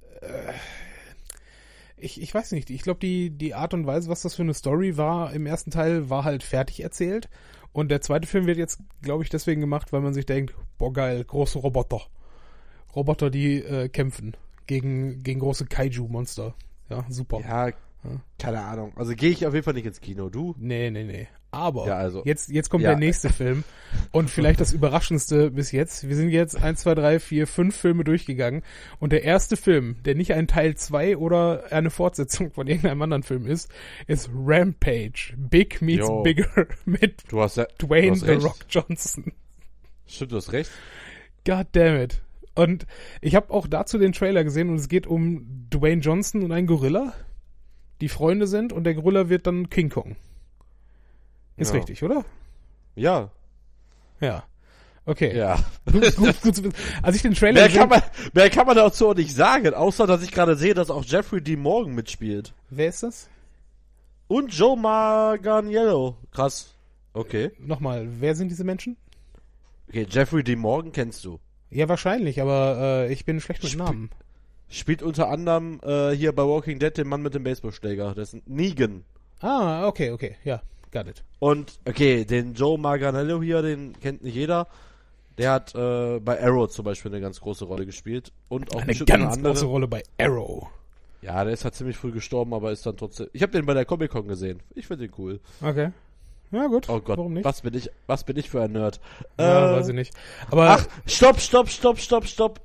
ich weiß nicht, ich glaube, die Art und Weise, was das für eine Story war im ersten Teil, war halt fertig erzählt. Und der zweite Film wird jetzt, glaube ich, deswegen gemacht, weil man sich denkt, boah, geil, große Roboter. Roboter, die kämpfen gegen große Kaiju-Monster. Ja, super. Ja, keine Ahnung. Also gehe ich auf jeden Fall nicht ins Kino. Du? Nee. Aber ja, also, jetzt kommt der nächste Film und vielleicht das Überraschendste bis jetzt. Wir sind jetzt 1, 2, 3, 4, 5 Filme durchgegangen und der erste Film, der nicht ein Teil 2 oder eine Fortsetzung von irgendeinem anderen Film ist Rampage. Big meets Bigger mit Dwayne The Rock Johnson. Stimmt, du hast recht. God damn it. Und ich habe auch dazu den Trailer gesehen und es geht um Dwayne Johnson und einen Gorilla, die Freunde sind und der Gorilla wird dann King Kong. Ist richtig, oder? Ja. Ja. Okay. Ja. Gut. Als ich den Trailer mehr kann man dazu auch nicht sagen, außer dass ich gerade sehe, dass auch Jeffrey D. Morgan mitspielt. Wer ist das? Und Joe Manganiello. Krass. Okay. Nochmal, wer sind diese Menschen? Okay, Jeffrey D. Morgan kennst du. Ja, wahrscheinlich, aber ich bin schlecht mit Namen. Spielt unter anderem hier bei Walking Dead den Mann mit dem Baseballschläger. Das ist Negan. Ah, okay, ja. Got it. Und, okay, den Joe Manganiello hier, den kennt nicht jeder. Der hat bei Arrow zum Beispiel eine ganz große Rolle gespielt. Und auch eine ganz große Rolle bei Arrow. Ja, der ist halt ziemlich früh gestorben, aber ist dann trotzdem... Ich habe den bei der Comic-Con gesehen. Ich finde den cool. Okay. Ja, gut. Oh Gott, warum nicht? Was bin ich für ein Nerd? Ja, weiß ich nicht. Aber ach, stopp.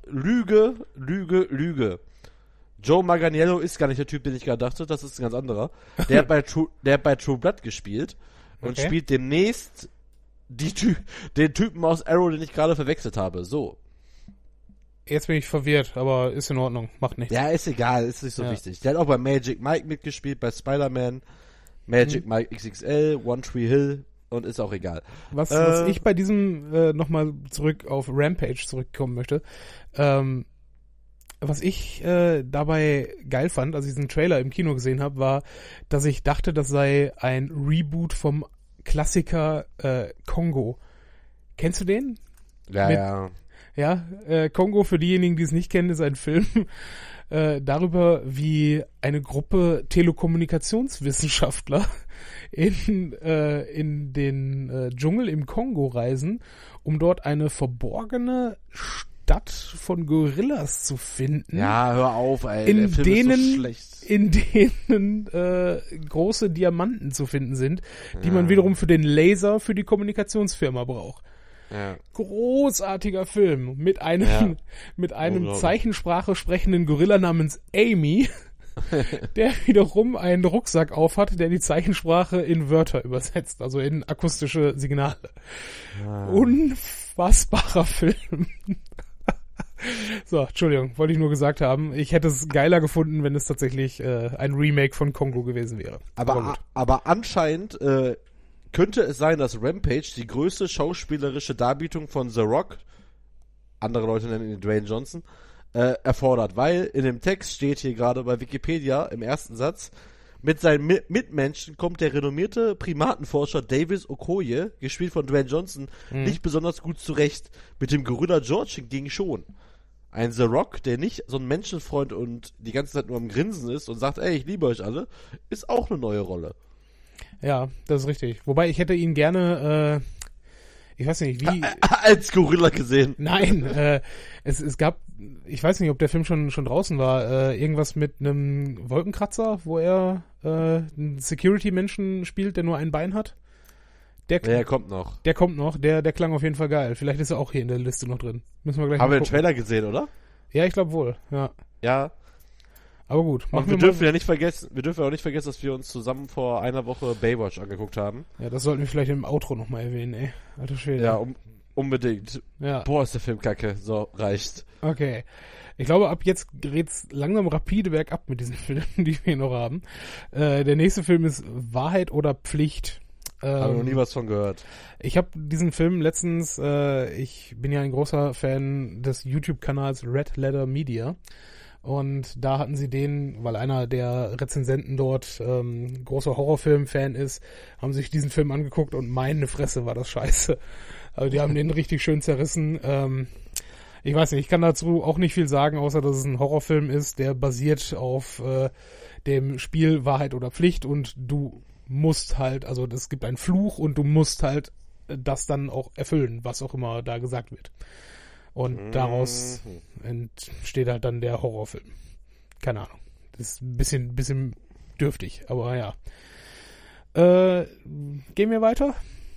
Lüge. Joe Manganiello ist gar nicht der Typ, den ich gerade dachte, das ist ein ganz anderer. Der hat bei True Blood gespielt und spielt demnächst den Typen aus Arrow, den ich gerade verwechselt habe. So. Jetzt bin ich verwirrt, aber ist in Ordnung, macht nichts. Ja, ist egal, ist nicht so wichtig. Der hat auch bei Magic Mike mitgespielt, bei Spider-Man, Magic Mike XXL, One Tree Hill und ist auch egal. Was ich bei diesem nochmal zurück auf Rampage zurückkommen möchte, was ich dabei geil fand, als ich diesen Trailer im Kino gesehen habe, war, dass ich dachte, das sei ein Reboot vom Klassiker Kongo. Kennst du den? Ja. Ja, Kongo, für diejenigen, die es nicht kennen, ist ein Film darüber, wie eine Gruppe Telekommunikationswissenschaftler in den Dschungel im Kongo reisen, um dort eine verborgene Stadt von Gorillas zu finden. Ja, hör auf, ey. Der Film ist so schlecht. In denen große Diamanten zu finden sind, die man wiederum für den Laser für die Kommunikationsfirma braucht. Ja. Großartiger Film mit einem Zeichensprache sprechenden Gorilla namens Amy, der wiederum einen Rucksack aufhat, der die Zeichensprache in Wörter übersetzt, also in akustische Signale. Ja. Unfassbarer Film. So, Entschuldigung, wollte ich nur gesagt haben. Ich hätte es geiler gefunden, wenn es tatsächlich ein Remake von Kongo gewesen wäre. Aber anscheinend könnte es sein, dass Rampage die größte schauspielerische Darbietung von The Rock, andere Leute nennen ihn Dwayne Johnson, erfordert, weil in dem Text steht hier gerade bei Wikipedia im ersten Satz, mit seinen Mitmenschen kommt der renommierte Primatenforscher Davis Okoye, gespielt von Dwayne Johnson, nicht besonders gut zurecht. Mit dem Gorilla George hingegen schon. Ein The Rock, der nicht so ein Menschenfreund und die ganze Zeit nur am Grinsen ist und sagt, ey, ich liebe euch alle, ist auch eine neue Rolle. Ja, das ist richtig. Wobei, ich hätte ihn gerne, ich weiß nicht, wie... Als Gorilla gesehen. Nein, es gab, ich weiß nicht, ob der Film schon draußen war, irgendwas mit einem Wolkenkratzer, wo er einen Security-Menschen spielt, der nur ein Bein hat. Der kommt noch. Der kommt noch, der klang auf jeden Fall geil. Vielleicht ist er auch hier in der Liste noch drin. Müssen wir gleich Haben mal wir den gucken. Trailer gesehen, oder? Ja, ich glaube wohl, ja. Ja. Aber gut, Und wir dürfen auch nicht vergessen, dass wir uns zusammen vor einer Woche Baywatch angeguckt haben. Ja, das sollten wir vielleicht im Outro nochmal erwähnen, ey. Alter Schwede. Ja, unbedingt. Ja. Boah, ist der Film kacke. So, reicht. Okay. Ich glaube, ab jetzt geht's langsam rapide bergab mit diesen Filmen, die wir hier noch haben. Der nächste Film ist Wahrheit oder Pflicht. Habe noch nie was von gehört. Ich habe diesen Film letztens, ich bin ja ein großer Fan des YouTube-Kanals Red Letter Media. Und da hatten sie den, weil einer der Rezensenten dort großer Horrorfilm-Fan ist, haben sich diesen Film angeguckt und meine Fresse war das scheiße. Also die haben den richtig schön zerrissen. Ich weiß nicht, ich kann dazu auch nicht viel sagen, außer dass es ein Horrorfilm ist, der basiert auf dem Spiel Wahrheit oder Pflicht und du musst halt, also es gibt einen Fluch und du musst halt das dann auch erfüllen, was auch immer da gesagt wird. Und daraus entsteht halt dann der Horrorfilm. Keine Ahnung. Das ist ein bisschen dürftig, aber ja. Gehen wir weiter?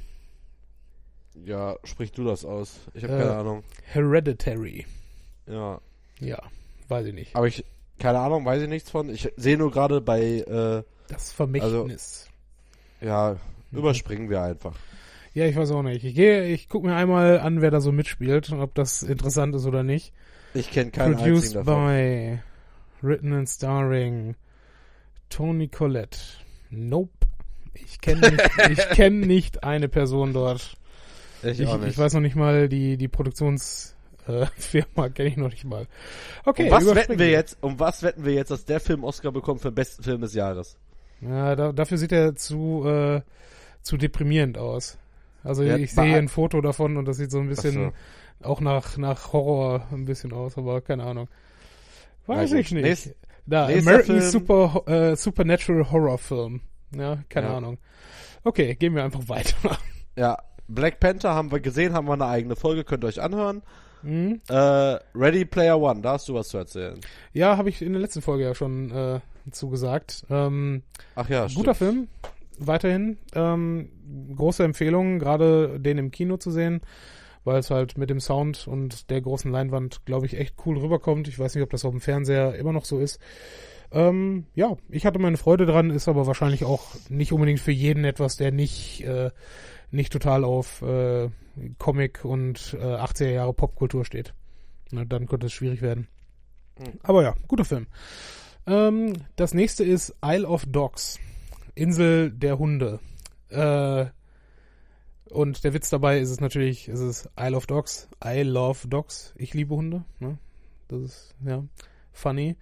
Ja, sprich du das aus. Ich habe keine Ahnung. Hereditary. Ja. Ja, weiß ich nicht. Aber keine Ahnung, weiß ich nichts von. Ich sehe nur gerade bei, Das Vermächtnis. ja, überspringen wir einfach. Ja, ich weiß auch nicht. Ich gucke mir einmal an, wer da so mitspielt und ob das interessant ist oder nicht. Ich kenne keinen Produced einzigen davon. by, written and starring Toni Collette. Nope. Ich kenne nicht eine Person dort. Ich auch nicht. Ich weiß noch nicht mal, die Produktionsfirma kenne ich noch nicht mal. Okay, Um was wetten wir jetzt, dass der Film Oscar bekommt für den besten Film des Jahres? Ja, dafür sieht er zu deprimierend aus. Also Ja, ich sehe hier ein Foto davon und das sieht so ein bisschen Ach auch nach Horror ein bisschen aus, aber keine Ahnung. Weiß Na gut. ich nicht. Da, nächster American Film. Supernatural Horror Film. Ja, keine Ja. Ahnung. Okay, gehen wir einfach weiter. Ja, Black Panther haben wir gesehen, haben wir eine eigene Folge, könnt ihr euch anhören. Mhm. Ready Player One, da hast du was zu erzählen. Ja, habe ich in der letzten Folge ja schon zugesagt. Ach ja, stimmt. Guter Film, weiterhin. Große Empfehlung, gerade den im Kino zu sehen, weil es halt mit dem Sound und der großen Leinwand, glaube ich, echt cool rüberkommt. Ich weiß nicht, ob das auf dem Fernseher immer noch so ist. Ja, ich hatte meine Freude dran, ist aber wahrscheinlich auch nicht unbedingt für jeden etwas, der nicht total auf Comic und 80er Jahre Popkultur steht. Na, dann könnte es schwierig werden. Aber ja, guter Film. Das nächste ist Isle of Dogs. Insel der Hunde. Und der Witz dabei ist es natürlich, Isle of Dogs. I love Dogs. Ich liebe Hunde. Ne? Das ist, ja, funny.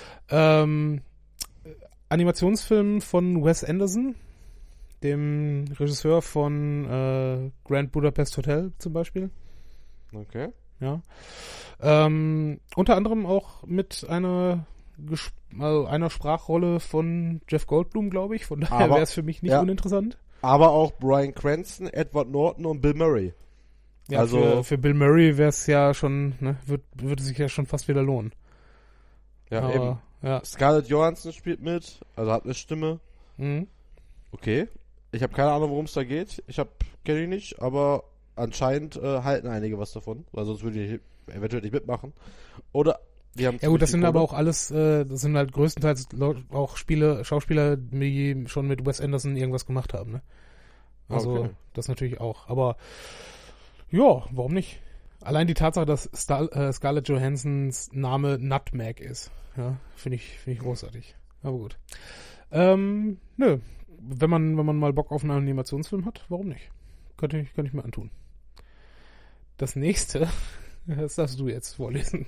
Animationsfilm von Wes Anderson, dem Regisseur von Grand Budapest Hotel zum Beispiel. Okay. Ja. Unter anderem auch mit einer Sprachrolle von Jeff Goldblum, glaube ich. Von daher wäre es für mich nicht uninteressant. Aber auch Bryan Cranston, Edward Norton und Bill Murray. Ja, also für Bill Murray wäre es ja schon, ne, würde sich ja schon fast wieder lohnen. Ja, aber, eben. Ja. Scarlett Johansson spielt mit, also hat eine Stimme. Mhm. Okay. Ich habe keine Ahnung, worum es da geht. Kenne ich nicht, aber anscheinend halten einige was davon, weil sonst würde ich eventuell nicht mitmachen. Oder die haben ja gut, das sind aber auch alles, das sind halt größtenteils auch Schauspieler, die schon mit Wes Anderson irgendwas gemacht haben, ne? Also Okay. das natürlich auch. Aber ja, warum nicht? Allein die Tatsache, dass Scarlett Johansons Name Nutmeg ist, ja, finde ich großartig. Aber gut. Nö, wenn man mal Bock auf einen Animationsfilm hat, warum nicht? Könnte ich mir antun. Das nächste, das darfst du jetzt vorlesen.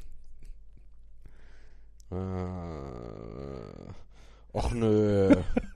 Och nö.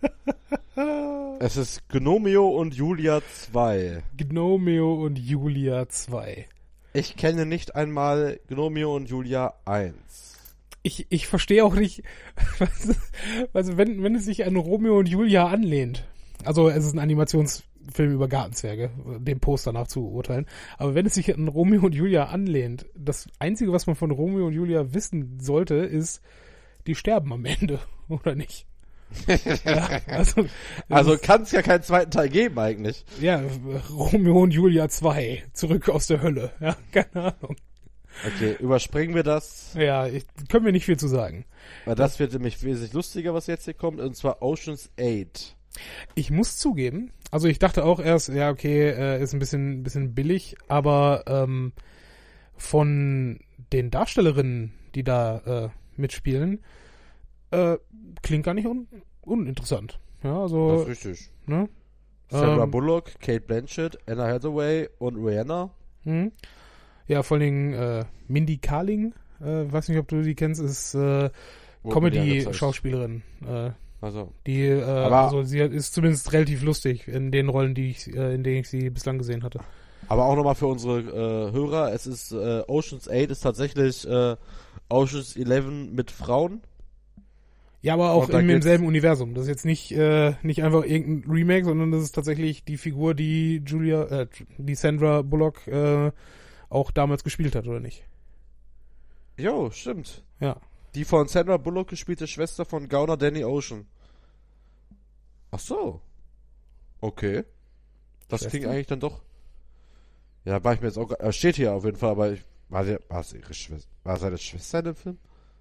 Es ist Gnomeo und Julia 2. Gnomeo und Julia 2. Ich kenne nicht einmal Gnomeo und Julia 1. Ich verstehe auch nicht, also wenn es sich an Romeo und Julia anlehnt, also es ist ein Animationsfilm über Gartenzwerge, dem Poster nach zu urteilen, aber wenn es sich an Romeo und Julia anlehnt, das Einzige, was man von Romeo und Julia wissen sollte, ist, die sterben am Ende, oder nicht? Ja, also kann es ja keinen zweiten Teil geben eigentlich. Ja, Romeo und Julia 2, zurück aus der Hölle. Ja, keine Ahnung. Okay, überspringen wir das. Ja, können wir nicht viel zu sagen. Weil das wird nämlich wesentlich lustiger, was jetzt hier kommt, und zwar Ocean's 8. Ich muss zugeben, also ich dachte auch erst, ja okay, ist ein bisschen billig, aber von den Darstellerinnen, die da mitspielen, klingt gar nicht uninteressant. Ja, also. Das ist richtig. Ne? Sandra Bullock, Kate Blanchett, Anna Hathaway und Rihanna. Ja, vor allen Dingen Mindy Kaling, weiß nicht, ob du die kennst, ist Comedy-Schauspielerin. Also. Also sie ist zumindest relativ lustig in den Rollen, in denen ich sie bislang gesehen hatte. Aber auch nochmal für unsere Hörer, es ist Ocean's 8 ist tatsächlich Ocean's 11 mit Frauen. Ja, aber auch im selben Universum. Das ist jetzt nicht einfach irgendein Remake, sondern das ist tatsächlich die Figur, die Sandra Bullock auch damals gespielt hat, oder nicht? Jo, stimmt. Ja. Die von Sandra Bullock gespielte Schwester von Gauner Danny Ocean. Ach so. Okay. Das Schwester? klingt eigentlich dann doch. Ja, war ich mir jetzt auch. Steht hier auf jeden Fall, aber war es ihre Schwester? War seine Schwester in dem Film?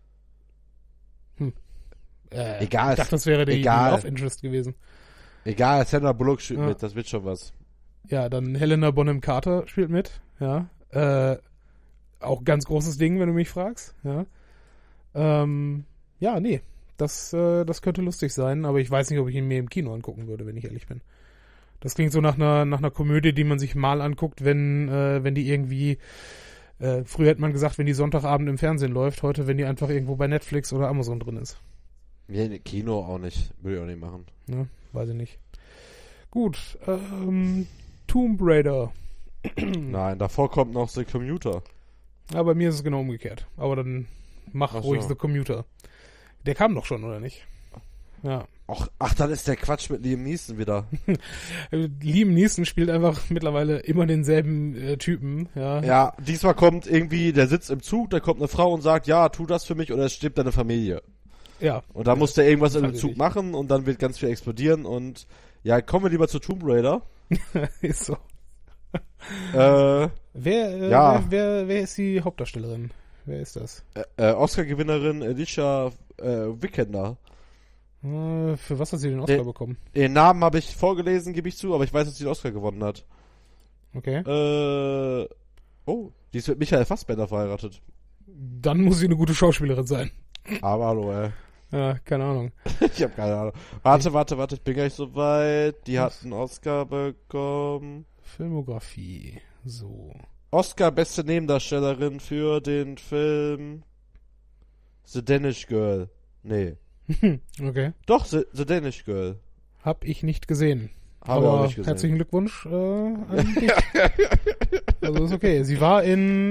Egal. Ich dachte, das wäre die Love Interest gewesen. Egal, Sandra Bullock spielt mit, das wird schon was. Ja, dann Helena Bonham Carter spielt mit, ja. Auch ganz großes Ding, wenn du mich fragst, ja. Ja, nee, das könnte lustig sein, aber ich weiß nicht, ob ich ihn mir im Kino angucken würde, wenn ich ehrlich bin. Das klingt so nach einer Komödie, die man sich mal anguckt, wenn die irgendwie, früher hätte man gesagt, wenn die Sonntagabend im Fernsehen läuft, heute, wenn die einfach irgendwo bei Netflix oder Amazon drin ist. Nee, Kino auch nicht. Würde ich auch nicht machen. Ja, weiß ich nicht. Gut, Tomb Raider. Nein, davor kommt noch The Commuter. Ja, bei mir ist es genau umgekehrt. Aber dann mach ruhig The Commuter. Der kam doch schon, oder nicht? Ja. Ach, dann ist der Quatsch mit Liam Neeson wieder. Liam Neeson spielt einfach mittlerweile immer denselben Typen. Ja. Ja, diesmal kommt irgendwie, der sitzt im Zug, da kommt eine Frau und sagt, ja, tu das für mich oder es stirbt deine Familie. Ja. Und dann muss der irgendwas in dem Zug machen und dann wird ganz viel explodieren und ja, kommen wir lieber zu Tomb Raider. Ist so. Wer ist die Hauptdarstellerin? Wer ist das? Oscar-Gewinnerin Alicia Vikander. Für was hat sie den Oscar bekommen? Den Namen habe ich vorgelesen, gebe ich zu, aber ich weiß, dass sie den Oscar gewonnen hat. Okay. Die ist mit Michael Fassbender verheiratet. Dann muss sie eine gute Schauspielerin sein. Aber hallo, ey. Ja, keine Ahnung. Ich habe keine Ahnung. Warte, ich bin gar nicht so weit. Die hat einen Oscar bekommen. Filmografie, so. Oscar beste Nebendarstellerin für den Film The Danish Girl. Nee. Okay. Doch, The Danish Girl. Hab ich nicht gesehen. Habe ich auch nicht gesehen. Herzlichen Glückwunsch an dich. Also ist okay. Sie war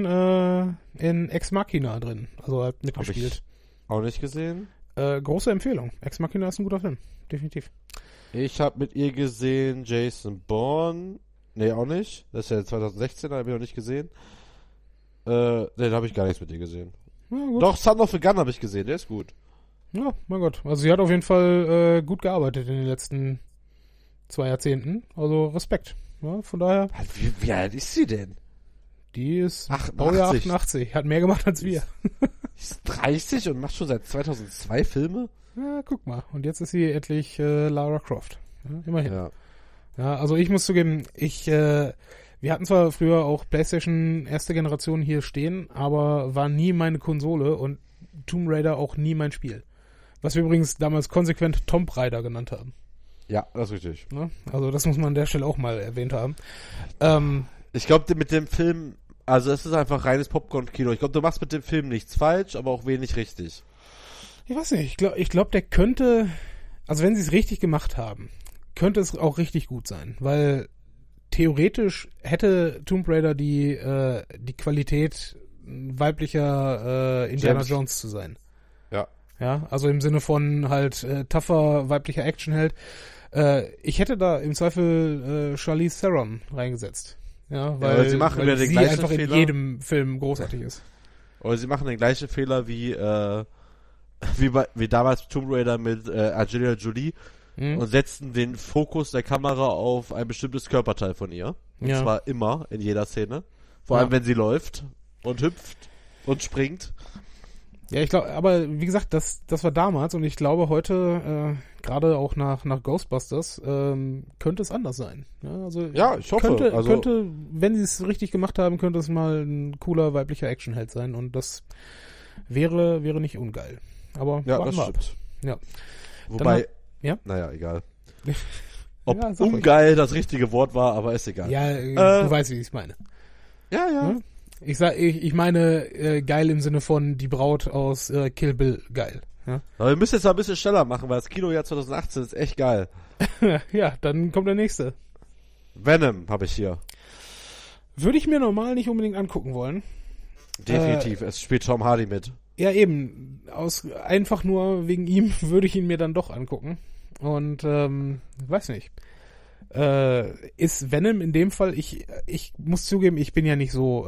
in Ex Machina drin. Also hat mitgespielt. Hab ich auch nicht gesehen. Große Empfehlung. Ex Machina ist ein guter Film. Definitiv. Ich habe mit ihr gesehen Jason Bourne. Nee, auch nicht. Das ist ja 2016, habe ich noch nicht gesehen. Nee, da habe ich gar nichts mit ihr gesehen. Ja, gut. Doch, Son of a Gun habe ich gesehen, der ist gut. Ja, mein Gott. Also sie hat auf jeden Fall gut gearbeitet in den letzten 2 Jahrzehnten. Also Respekt. Ja, von daher. Wie alt ist sie denn? Die ist Baujahr 88. Hat mehr gemacht als wir. Die ist 30 und macht schon seit 2002 Filme? Ja, guck mal. Und jetzt ist sie endlich Lara Croft. Ja, immerhin. Ja, also ich muss zugeben, wir hatten zwar früher auch PlayStation erste Generation hier stehen, aber war nie meine Konsole und Tomb Raider auch nie mein Spiel. Was wir übrigens damals konsequent Tomb Raider genannt haben. Ja, das ist richtig. Ja, also das muss man an der Stelle auch mal erwähnt haben. Ich glaube, mit dem Film, also es ist einfach reines Popcorn-Kino. Ich glaube, du machst mit dem Film nichts falsch, aber auch wenig richtig. Ich weiß nicht, ich glaube, der könnte, also wenn sie es richtig gemacht haben, könnte es auch richtig gut sein, weil theoretisch hätte Tomb Raider die Qualität weiblicher Indiana Jones zu sein. Ja. Ja, also im Sinne von halt tougher weiblicher Actionheld. Ich hätte da im Zweifel Charlize Theron reingesetzt. Ja, weil sie machen wieder den sie gleichen einfach Fehler. in jedem Film großartig ist. Oder sie machen den gleichen Fehler wie wie damals Tomb Raider mit Angelina Jolie und setzen den Fokus der Kamera auf ein bestimmtes Körperteil von ihr. Und zwar immer in jeder Szene. Vor allem, wenn sie läuft und hüpft und springt. Ja, ich glaube, aber wie gesagt, das war damals und ich glaube heute, gerade auch nach Ghostbusters, könnte es anders sein. Ja, also ich hoffe. Könnte, wenn sie es richtig gemacht haben, könnte es mal ein cooler weiblicher Actionheld sein und das wäre nicht ungeil. Aber ja, das stimmt. Ja. Wobei, naja, egal. Ob ungeil das richtige Wort war, aber ist egal. Ja, du weißt, wie ich es meine. Ja. Ich meine geil im Sinne von die Braut aus Kill Bill geil. Ja? Aber wir müssen jetzt mal ein bisschen schneller machen, weil das Kinojahr 2018 ist echt geil. Ja, dann kommt der nächste. Venom habe ich hier. Würde ich mir normal nicht unbedingt angucken wollen. Definitiv, es spielt Tom Hardy mit. Ja, eben. Einfach nur wegen ihm würde ich ihn mir dann doch angucken. Und weiß nicht. Ist Venom in dem Fall, ich muss zugeben, ich bin ja nicht so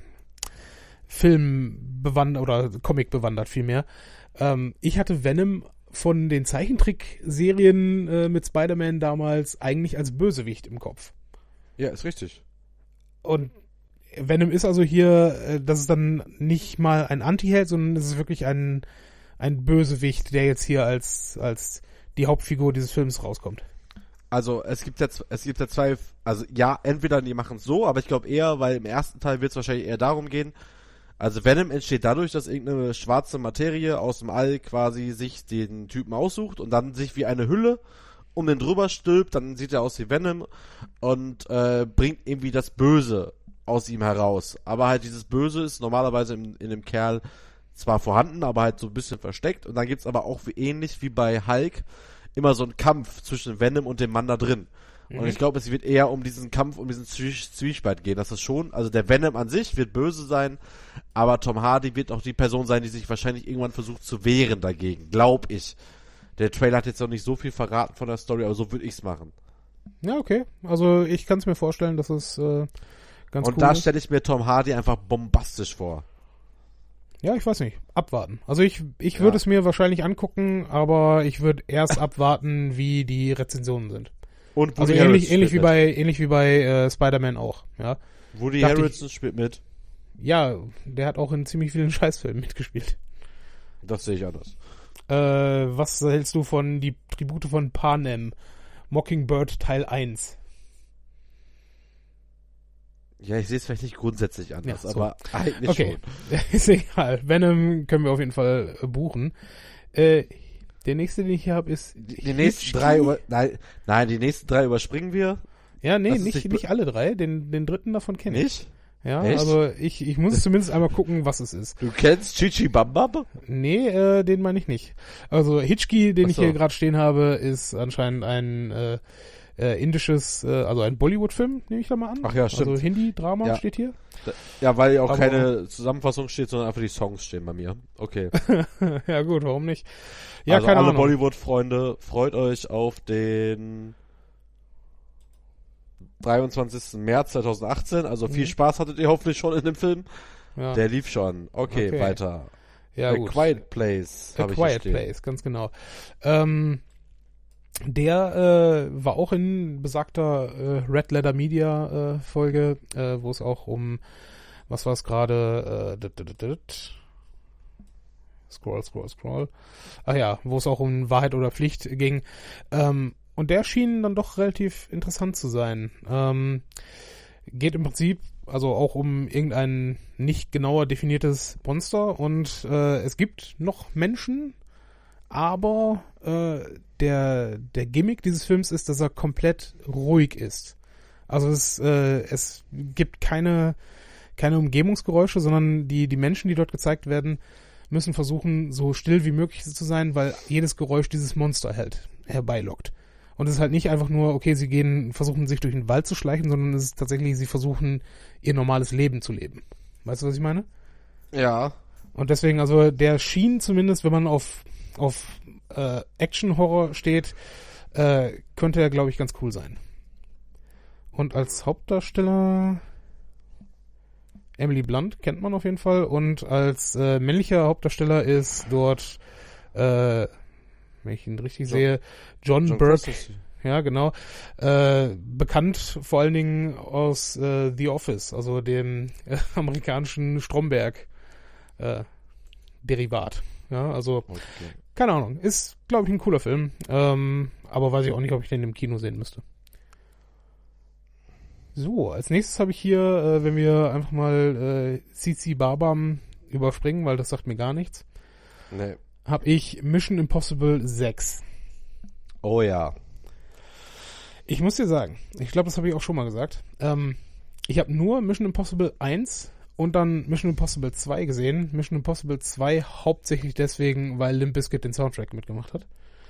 Film-bewandert oder Comic-bewandert vielmehr. Ich hatte Venom von den Zeichentrickserien mit Spider-Man damals eigentlich als Bösewicht im Kopf. Ja, ist richtig. Und Venom ist also hier, das ist dann nicht mal ein Anti-Held, sondern es ist wirklich ein Bösewicht, der jetzt hier als die Hauptfigur dieses Films rauskommt. Also es gibt ja zwei, also ja, entweder die machen es so, aber ich glaube eher, weil im ersten Teil wird es wahrscheinlich eher darum gehen, also Venom entsteht dadurch, dass irgendeine schwarze Materie aus dem All quasi sich den Typen aussucht und dann sich wie eine Hülle um den drüber stülpt, dann sieht er aus wie Venom und bringt irgendwie das Böse aus ihm heraus. Aber halt dieses Böse ist normalerweise in dem Kerl zwar vorhanden, aber halt so ein bisschen versteckt. Und dann gibt's aber auch ähnlich wie bei Hulk immer so einen Kampf zwischen Venom und dem Mann da drin. Und ich glaube, es wird eher um diesen Kampf, um diesen Zwiespalt gehen. Das ist schon, also der Venom an sich wird böse sein, aber Tom Hardy wird auch die Person sein, die sich wahrscheinlich irgendwann versucht zu wehren dagegen. Glaub ich. Der Trailer hat jetzt noch nicht so viel verraten von der Story, aber so würde ich's machen. Ja, okay. Also ich kann es mir vorstellen, dass es ganz cool ist. Und da stelle ich mir Tom Hardy einfach bombastisch vor. Ja, ich weiß nicht. Abwarten. Also ich würde es mir wahrscheinlich angucken, aber ich würde erst abwarten, wie die Rezensionen sind. Und Woody Harrelson ähnlich wie bei Spider-Man auch. Ja. Woody Harrelson spielt mit. Ja, der hat auch in ziemlich vielen Scheißfilmen mitgespielt. Das sehe ich anders. Was hältst du von die Tribute von Panem? Mockingbird Teil 1. Ja, ich sehe es vielleicht nicht grundsätzlich anders, ja, so. Aber eigentlich schon. Ist egal. Venom können wir auf jeden Fall buchen. Der nächste, den ich hier habe, ist die nächsten drei die nächsten drei überspringen wir. Ja, nee, nicht alle drei. Den dritten davon kenne ich. Nicht? Ja, echt? aber ich muss zumindest einmal gucken, was es ist. Du kennst Chichi Bambam? Nee, den meine ich nicht. Also Hitchki, den ich hier gerade stehen habe, ist anscheinend ein indisches, also ein Bollywood-Film, nehme ich da mal an. Ach ja, stimmt. Also Hindi-Drama steht hier. Ja, weil auch keine Zusammenfassung steht, sondern einfach die Songs stehen bei mir. Okay. Ja gut, warum nicht? Ja, also keine alle Ahnung. Bollywood-Freunde, freut euch auf den 23. März 2018. Also viel Spaß hattet ihr hoffentlich schon in dem Film. Ja. Der lief schon. Okay, weiter. Ja, A gut. Quiet Place. A Quiet Place, ganz genau. Der war auch in besagter Red Letter Media Folge, wo es auch um, was war es gerade, Scroll. Ach ja, wo es auch um Wahrheit oder Pflicht ging. Und der schien dann doch relativ interessant zu sein. Geht im Prinzip also auch um irgendein nicht genauer definiertes Monster und es gibt noch Menschen, aber der Gimmick dieses Films ist, dass er komplett ruhig ist. Also es gibt keine Umgebungsgeräusche, sondern die Menschen, die dort gezeigt werden, müssen versuchen, so still wie möglich zu sein, weil jedes Geräusch dieses Monster herbeilockt. Und es ist halt nicht einfach nur, okay, sie versuchen sich durch den Wald zu schleichen, sondern es ist tatsächlich, sie versuchen, ihr normales Leben zu leben. Weißt du, was ich meine? Ja. Und deswegen, also der schien zumindest, wenn man auf Action-Horror steht, könnte er, glaube ich, ganz cool sein. Und als Hauptdarsteller Emily Blunt kennt man auf jeden Fall. Und als männlicher Hauptdarsteller ist dort wenn ich ihn richtig sehe, John Burke. Ja, genau. Bekannt vor allen Dingen aus The Office, also dem amerikanischen Stromberg-Derivat. Ja, also, keine Ahnung. Ist, glaube ich, ein cooler Film. Aber weiß ich auch nicht, ob ich den im Kino sehen müsste. So, als nächstes habe ich hier, wenn wir einfach mal CC Babam überspringen, weil das sagt mir gar nichts, habe ich Mission Impossible 6. Oh ja. Ich muss dir sagen, ich glaube, das habe ich auch schon mal gesagt, ich habe nur Mission Impossible 1 und dann Mission Impossible 2 gesehen. Mission Impossible 2 hauptsächlich deswegen, weil Limp Bizkit den Soundtrack mitgemacht hat.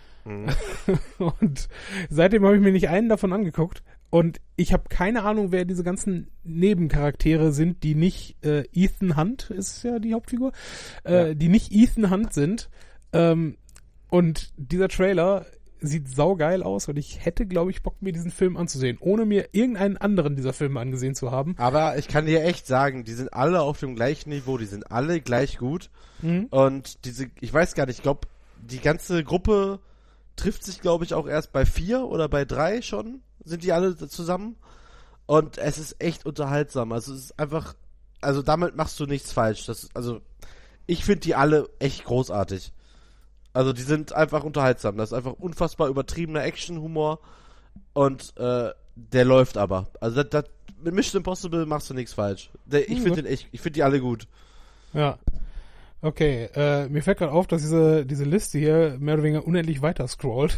Und seitdem habe ich mir nicht einen davon angeguckt. Und ich habe keine Ahnung, wer diese ganzen Nebencharaktere sind, die nicht Ethan Hunt ist ja die Hauptfigur, die nicht Ethan Hunt sind. Und dieser Trailer sieht saugeil aus und ich hätte, glaube ich, Bock, mir diesen Film anzusehen, ohne mir irgendeinen anderen dieser Filme angesehen zu haben. Aber ich kann dir echt sagen, die sind alle auf dem gleichen Niveau, die sind alle gleich gut. Und ich weiß gar nicht, ich glaube, die ganze Gruppe trifft sich, glaube ich, auch erst bei 4 oder bei 3 schon, sind die alle zusammen. Und es ist echt unterhaltsam. Also es ist einfach, also damit machst du nichts falsch. Ich finde die alle echt großartig. Also die sind einfach unterhaltsam. Das ist einfach unfassbar übertriebener Action-Humor und der läuft aber. Also mit Mission Impossible machst du nichts falsch. Ich finde die alle gut. Ja. Okay, mir fällt gerade auf, dass diese Liste hier mehr oder weniger unendlich weiter scrollt.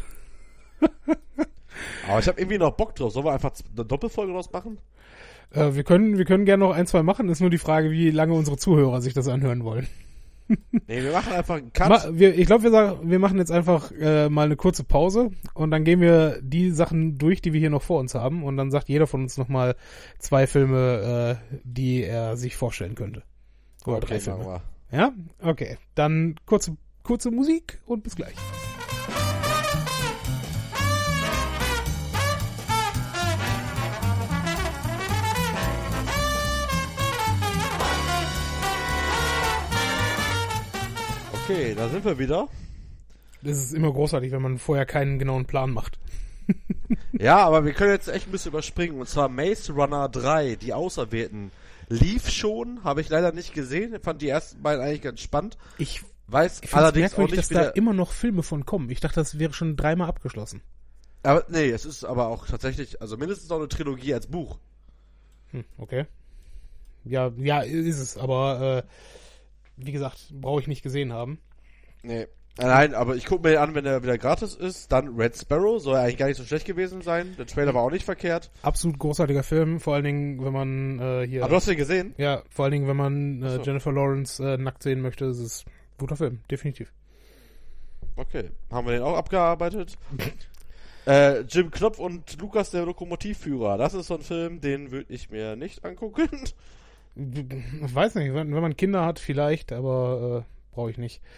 Aber ich habe irgendwie noch Bock drauf. Sollen wir einfach eine Doppelfolge draus machen? Wir können gerne noch 1, 2 machen. Ist nur die Frage, wie lange unsere Zuhörer sich das anhören wollen. Nee, wir machen einfach einen Cut. Ich glaube, wir machen jetzt einfach mal eine kurze Pause und dann gehen wir die Sachen durch, die wir hier noch vor uns haben und dann sagt jeder von uns nochmal 2 Filme, die er sich vorstellen könnte. Oder 3 Filme. Ja? Okay. Dann kurze Musik und bis gleich. Okay, da sind wir wieder. Das ist immer großartig, wenn man vorher keinen genauen Plan macht. Ja, aber wir können jetzt echt ein bisschen überspringen. Und zwar Maze Runner 3, die Auserwählten. Lief schon, habe ich leider nicht gesehen. Fand die ersten beiden eigentlich ganz spannend. Ich weiß allerdings auch nicht, dass da immer noch Filme von kommen. Ich dachte, das wäre schon 3-mal abgeschlossen. Aber nee, es ist aber auch tatsächlich, also mindestens noch eine Trilogie als Buch. Okay. Ja, ist es, aber wie gesagt, brauche ich nicht gesehen haben. Nee. Nein, aber ich gucke mir den an, wenn er wieder gratis ist. Dann Red Sparrow, soll ja eigentlich gar nicht so schlecht gewesen sein. Der Trailer war auch nicht verkehrt. Absolut großartiger Film, vor allen Dingen, wenn man hier... Aber du hast den gesehen? Ja, vor allen Dingen, wenn man Jennifer Lawrence nackt sehen möchte, ist es ein guter Film, definitiv. Okay, haben wir den auch abgearbeitet. Jim Knopf und Lukas, der Lokomotivführer. Das ist so ein Film, den würde ich mir nicht angucken. Ich weiß nicht, wenn man Kinder hat, vielleicht, aber brauche ich nicht.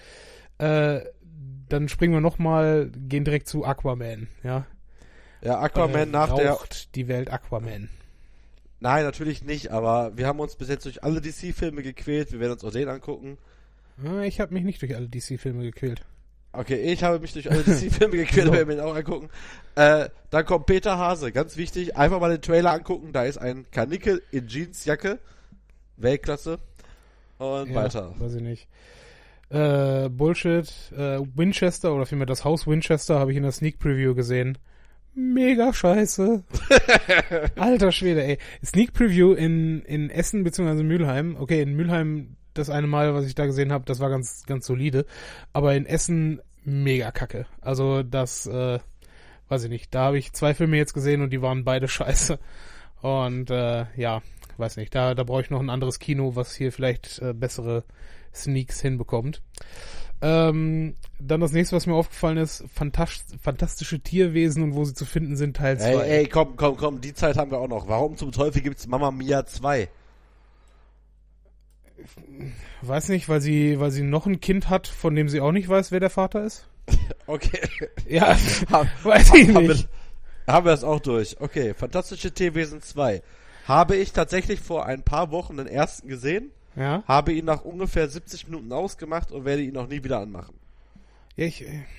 Dann springen wir nochmal, gehen direkt zu Aquaman, ja. Ja, Aquaman nach der... die Welt Aquaman. Nein, natürlich nicht, aber wir haben uns bis jetzt durch alle DC-Filme gequält, wir werden uns auch den angucken. Ich habe mich nicht durch alle DC-Filme gequält. Okay, ich habe mich durch alle DC-Filme gequält, so. Wir werden ihn auch angucken. Dann kommt Peter Hase, ganz wichtig, einfach mal den Trailer angucken, da ist ein Karnickel in Jeansjacke, Weltklasse, und weiter. Weiß ich nicht. Bullshit, Winchester, oder vielmehr das Haus Winchester, habe ich in der Sneak Preview gesehen. Mega scheiße. Alter Schwede, ey. Sneak Preview in Essen bzw. Mülheim. Okay, in Mülheim das eine Mal, was ich da gesehen habe, das war ganz, ganz solide. Aber in Essen mega kacke. Also das, weiß ich nicht. Da habe ich 2 Filme jetzt gesehen und die waren beide scheiße. Und weiß nicht. Da brauche ich noch ein anderes Kino, was hier vielleicht bessere Sneaks hinbekommt. Dann das nächste, was mir aufgefallen ist, fantastische Tierwesen und wo sie zu finden sind, Teil 2. Ey, komm, die Zeit haben wir auch noch. Warum zum Teufel gibt's Mamma Mia 2? Weiß nicht, weil sie noch ein Kind hat, von dem sie auch nicht weiß, wer der Vater ist. Okay. Ja, weiß ich nicht. Haben wir das auch durch. Okay, fantastische Tierwesen 2. Habe ich tatsächlich vor ein paar Wochen den ersten gesehen. Ja. Habe ihn nach ungefähr 70 Minuten ausgemacht und werde ihn noch nie wieder anmachen. Ja,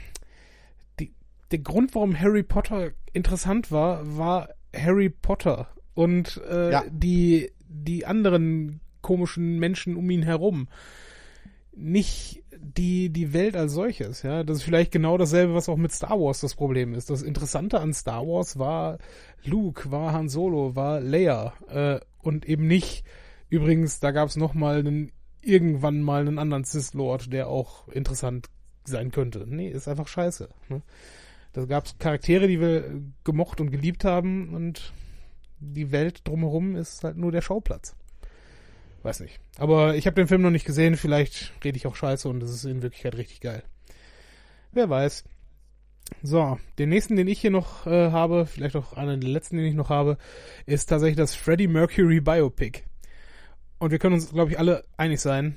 der Grund, warum Harry Potter interessant war Harry Potter und die anderen komischen Menschen um ihn herum. Nicht die Welt als solches, ja. Das ist vielleicht genau dasselbe, was auch mit Star Wars das Problem ist. Das Interessante an Star Wars war Luke, war Han Solo, war Leia und eben nicht, übrigens, da gab es irgendwann mal einen anderen Sith-Lord, der auch interessant sein könnte. Nee, ist einfach scheiße. Ne? Da gab es Charaktere, die wir gemocht und geliebt haben und die Welt drumherum ist halt nur der Schauplatz. Weiß nicht. Aber ich habe den Film noch nicht gesehen, vielleicht rede ich auch scheiße und es ist in Wirklichkeit richtig geil. Wer weiß. So, den nächsten, den ich hier noch habe, vielleicht auch einen der letzten, den ich noch habe, ist tatsächlich das Freddie Mercury Biopic. Und wir können uns, glaube ich, alle einig sein,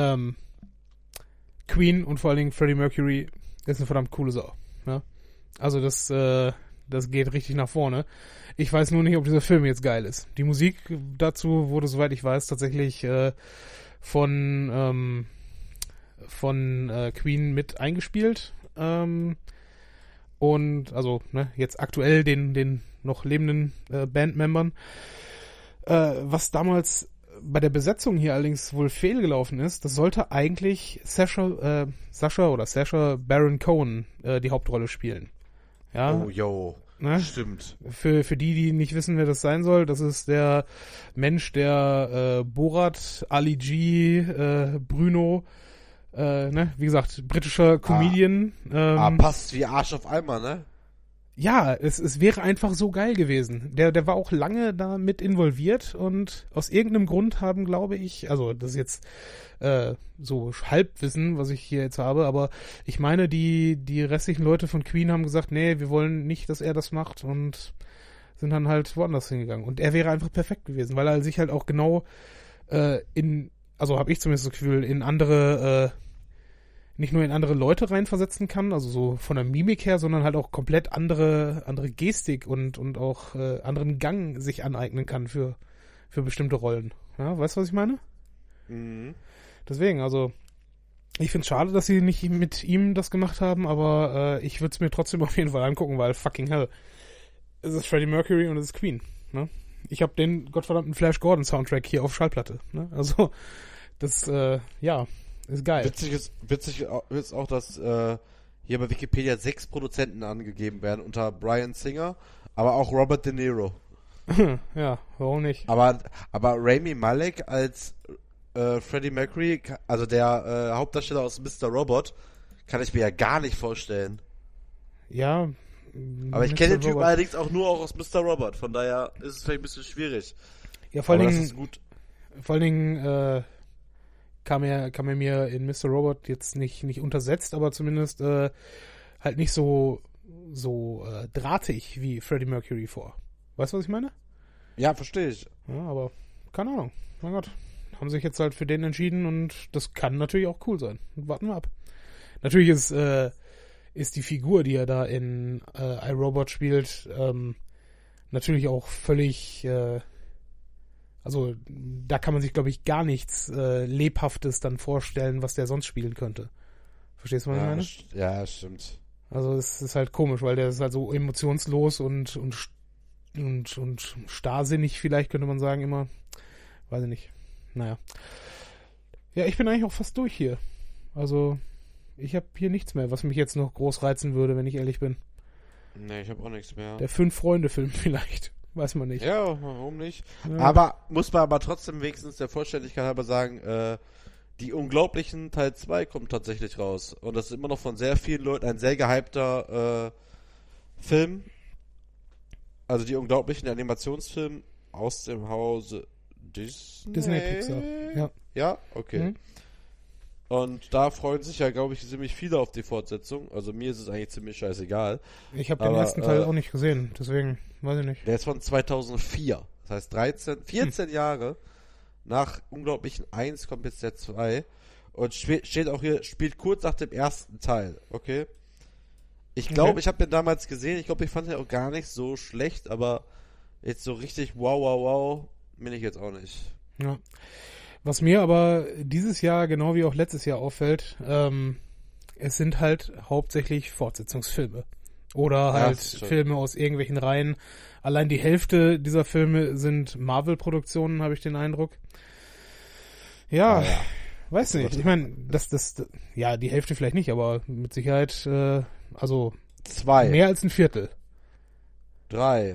Queen und vor allen Dingen Freddie Mercury ist eine verdammt coole Sau. Ja? Also das geht richtig nach vorne. Ich weiß nur nicht, ob dieser Film jetzt geil ist. Die Musik dazu wurde, soweit ich weiß, tatsächlich von Queen mit eingespielt. Und also jetzt aktuell den noch lebenden Bandmembern. Was damals bei der Besetzung hier allerdings wohl fehlgelaufen ist, das sollte eigentlich Sacha Baron Cohen die Hauptrolle spielen. Ja. Oh, yo. Ne? Stimmt. Für die nicht wissen, wer das sein soll, das ist der Mensch, der Borat, Ali G, Bruno, wie gesagt, britischer Comedian. Passt wie Arsch auf Eimer, ne? Ja, es wäre einfach so geil gewesen. Der war auch lange da mit involviert und aus irgendeinem Grund haben, glaube ich, also das ist jetzt so Halbwissen, was ich hier jetzt habe, aber ich meine, die restlichen Leute von Queen haben gesagt, nee, wir wollen nicht, dass er das macht und sind dann halt woanders hingegangen. Und er wäre einfach perfekt gewesen, weil er sich halt auch genau also habe ich zumindest das Gefühl, nicht nur in andere Leute reinversetzen kann, also so von der Mimik her, sondern halt auch komplett andere Gestik und auch anderen Gang sich aneignen kann für bestimmte Rollen. Ja, weißt du, was ich meine? Mhm. Deswegen, also ich finde es schade, dass sie nicht mit ihm das gemacht haben, aber ich würde es mir trotzdem auf jeden Fall angucken, weil fucking hell, es ist Freddie Mercury und es ist Queen. Ne? Ich habe den gottverdammten Flash Gordon Soundtrack hier auf Schallplatte. Ne? Also das, ist geil. Witzig ist auch, dass hier bei Wikipedia 6 Produzenten angegeben werden, unter Bryan Singer, aber auch Robert De Niro. Ja, warum nicht? Aber Rami Malek als Freddie Mercury, also der Hauptdarsteller aus Mr. Robot, kann ich mir ja gar nicht vorstellen. Ja. Aber ich kenne den Typ allerdings auch nur aus Mr. Robot, von daher ist es vielleicht ein bisschen schwierig. Ja, vor allen Dingen, das ist gut. Vor allen Dingen kam er mir in Mr. Robot jetzt nicht untersetzt, aber zumindest halt nicht so drahtig wie Freddie Mercury vor. Weißt du, was ich meine? Ja, verstehe ich. Ja, aber keine Ahnung. Mein Gott. Haben sich jetzt halt für den entschieden und das kann natürlich auch cool sein. Warten wir ab. Natürlich ist die Figur, die er da in iRobot spielt, natürlich auch völlig also da kann man sich, glaube ich, gar nichts Lebhaftes dann vorstellen, was der sonst spielen könnte. Verstehst du, was ich meine? Ja, stimmt. Also es ist halt komisch, weil der ist halt so emotionslos und starrsinnig vielleicht, könnte man sagen, immer. Weiß ich nicht. Naja. Ja, ich bin eigentlich auch fast durch hier. Also ich habe hier nichts mehr, was mich jetzt noch groß reizen würde, wenn ich ehrlich bin. Nee, ich habe auch nichts mehr. Der 5-Freunde-Film vielleicht. Weiß man nicht. Ja, warum nicht? Ja. Aber muss man aber trotzdem wenigstens der Vollständigkeit halber sagen, die Unglaublichen Teil 2 kommt tatsächlich raus. Und das ist immer noch von sehr vielen Leuten ein sehr gehypter Film. Also die Unglaublichen, der Animationsfilm aus dem Hause Disney Pixar. Ja. Ja? Okay. Mhm. Und da freuen sich ja, glaube ich, ziemlich viele auf die Fortsetzung. Also mir ist es eigentlich ziemlich scheißegal. Ich habe den ersten Teil auch nicht gesehen, deswegen weiß ich nicht. Der ist von 2004. Das heißt 14 Jahre nach Unglaublichen 1 kommt jetzt der 2. Und steht auch hier, spielt kurz nach dem ersten Teil. Okay? Ich glaube, ich habe den damals gesehen. Ich glaube, ich fand den auch gar nicht so schlecht. Aber jetzt so richtig wow, bin ich jetzt auch nicht. es sind halt hauptsächlich Fortsetzungsfilme. Oder halt Filme aus irgendwelchen Reihen. Allein die Hälfte dieser Filme sind Marvel-Produktionen, habe ich den Eindruck. Ja, weiß nicht. Ich meine, ja, die Hälfte vielleicht nicht, aber mit Sicherheit, also 2. Mehr als ein Viertel. 3.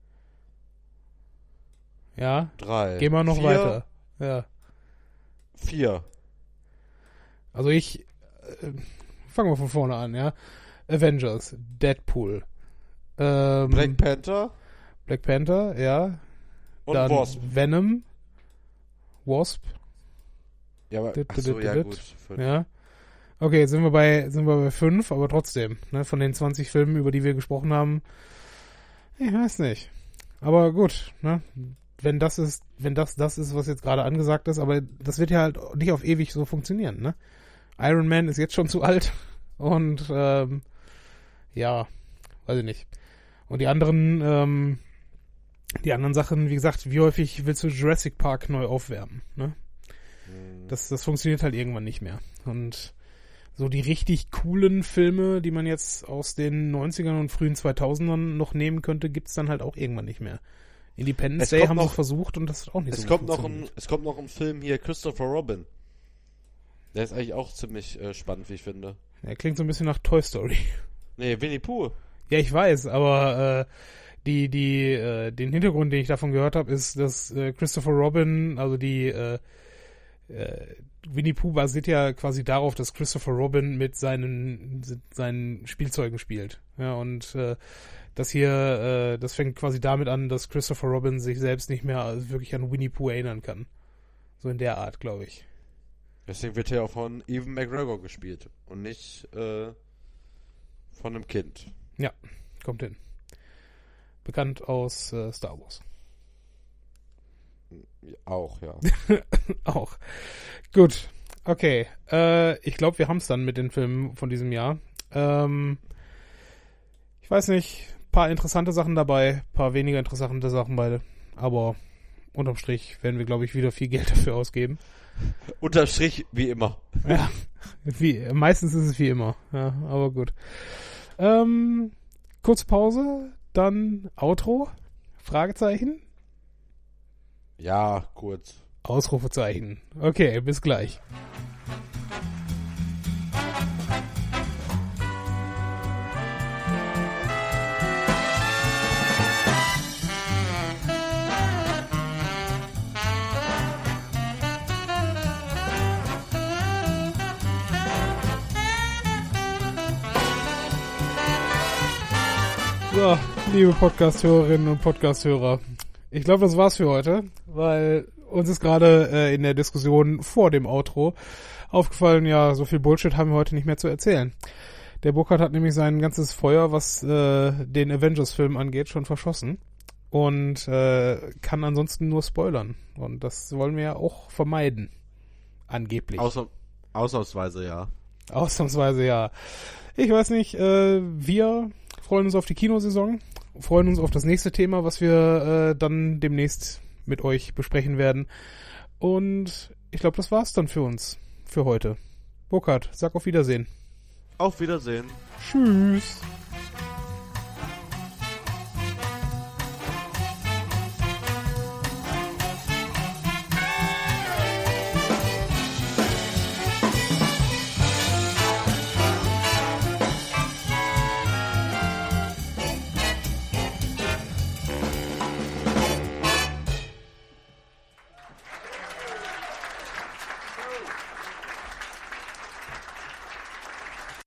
Ja. 3. Gehen wir noch 4. weiter. Ja. 4. Also fangen wir von vorne an, ja. Avengers, Deadpool, Black Panther, ja. und Dann Wasp. Venom, Wasp. Ja, aber ja gut. 5. Ja. Okay, jetzt sind wir bei 5, aber trotzdem, ne, von den 20 Filmen, über die wir gesprochen haben, ich weiß nicht. Aber gut, ne, wenn das ist, was jetzt gerade angesagt ist, aber das wird ja halt nicht auf ewig so funktionieren, ne? Iron Man ist jetzt schon zu alt und ja, weiß ich nicht. Und die anderen Sachen, wie gesagt, wie häufig willst du Jurassic Park neu aufwärmen, ne? Das funktioniert halt irgendwann nicht mehr. Und so die richtig coolen Filme, die man jetzt aus den 90ern und frühen 2000ern noch nehmen könnte, gibt's dann halt auch irgendwann nicht mehr. Independence Day haben sie versucht und das ist auch nicht so gut funktioniert. Es kommt noch ein Film hier, Christopher Robin. Der ist eigentlich auch ziemlich spannend, wie ich finde. Der klingt so ein bisschen nach Toy Story. Nee, Winnie Pooh. Ja, ich weiß, aber den Hintergrund, den ich davon gehört habe, ist, dass Christopher Robin, also Winnie Pooh basiert ja quasi darauf, dass Christopher Robin mit seinen Spielzeugen spielt. Ja, und das fängt quasi damit an, dass Christopher Robin sich selbst nicht mehr wirklich an Winnie Pooh erinnern kann. So in der Art, glaube ich. Deswegen wird er ja auch von Ewan McGregor gespielt und nicht von einem Kind. Ja, kommt hin. Bekannt aus Star Wars. Auch, ja. Auch. Gut. Okay. Ich glaube, wir haben es dann mit den Filmen von diesem Jahr. Ich weiß nicht, paar interessante Sachen dabei, paar weniger interessante Sachen beide. Aber unterm Strich werden wir, glaube ich, wieder viel Geld dafür ausgeben. Unterm Strich wie immer. Ja, meistens ist es wie immer. Ja, aber gut. Kurze Pause, dann Outro, Fragezeichen. Ja, kurz. Ausrufezeichen. Okay, bis gleich. So, liebe Podcast-Hörerinnen und Podcast-Hörer, ich glaube, das war's für heute, weil uns ist gerade in der Diskussion vor dem Outro aufgefallen, ja, so viel Bullshit haben wir heute nicht mehr zu erzählen. Der Burkhard hat nämlich sein ganzes Feuer, was den Avengers-Film angeht, schon verschossen und kann ansonsten nur spoilern. Und das wollen wir ja auch vermeiden, angeblich. Ausnahmsweise, ja. Ausnahmsweise, ja. Ich weiß nicht, wir freuen uns auf die Kinosaison, freuen uns auf das nächste Thema, was wir dann demnächst mit euch besprechen werden. Und ich glaube, das war's dann für uns, für heute. Burkhard, sag auf Wiedersehen. Auf Wiedersehen. Tschüss.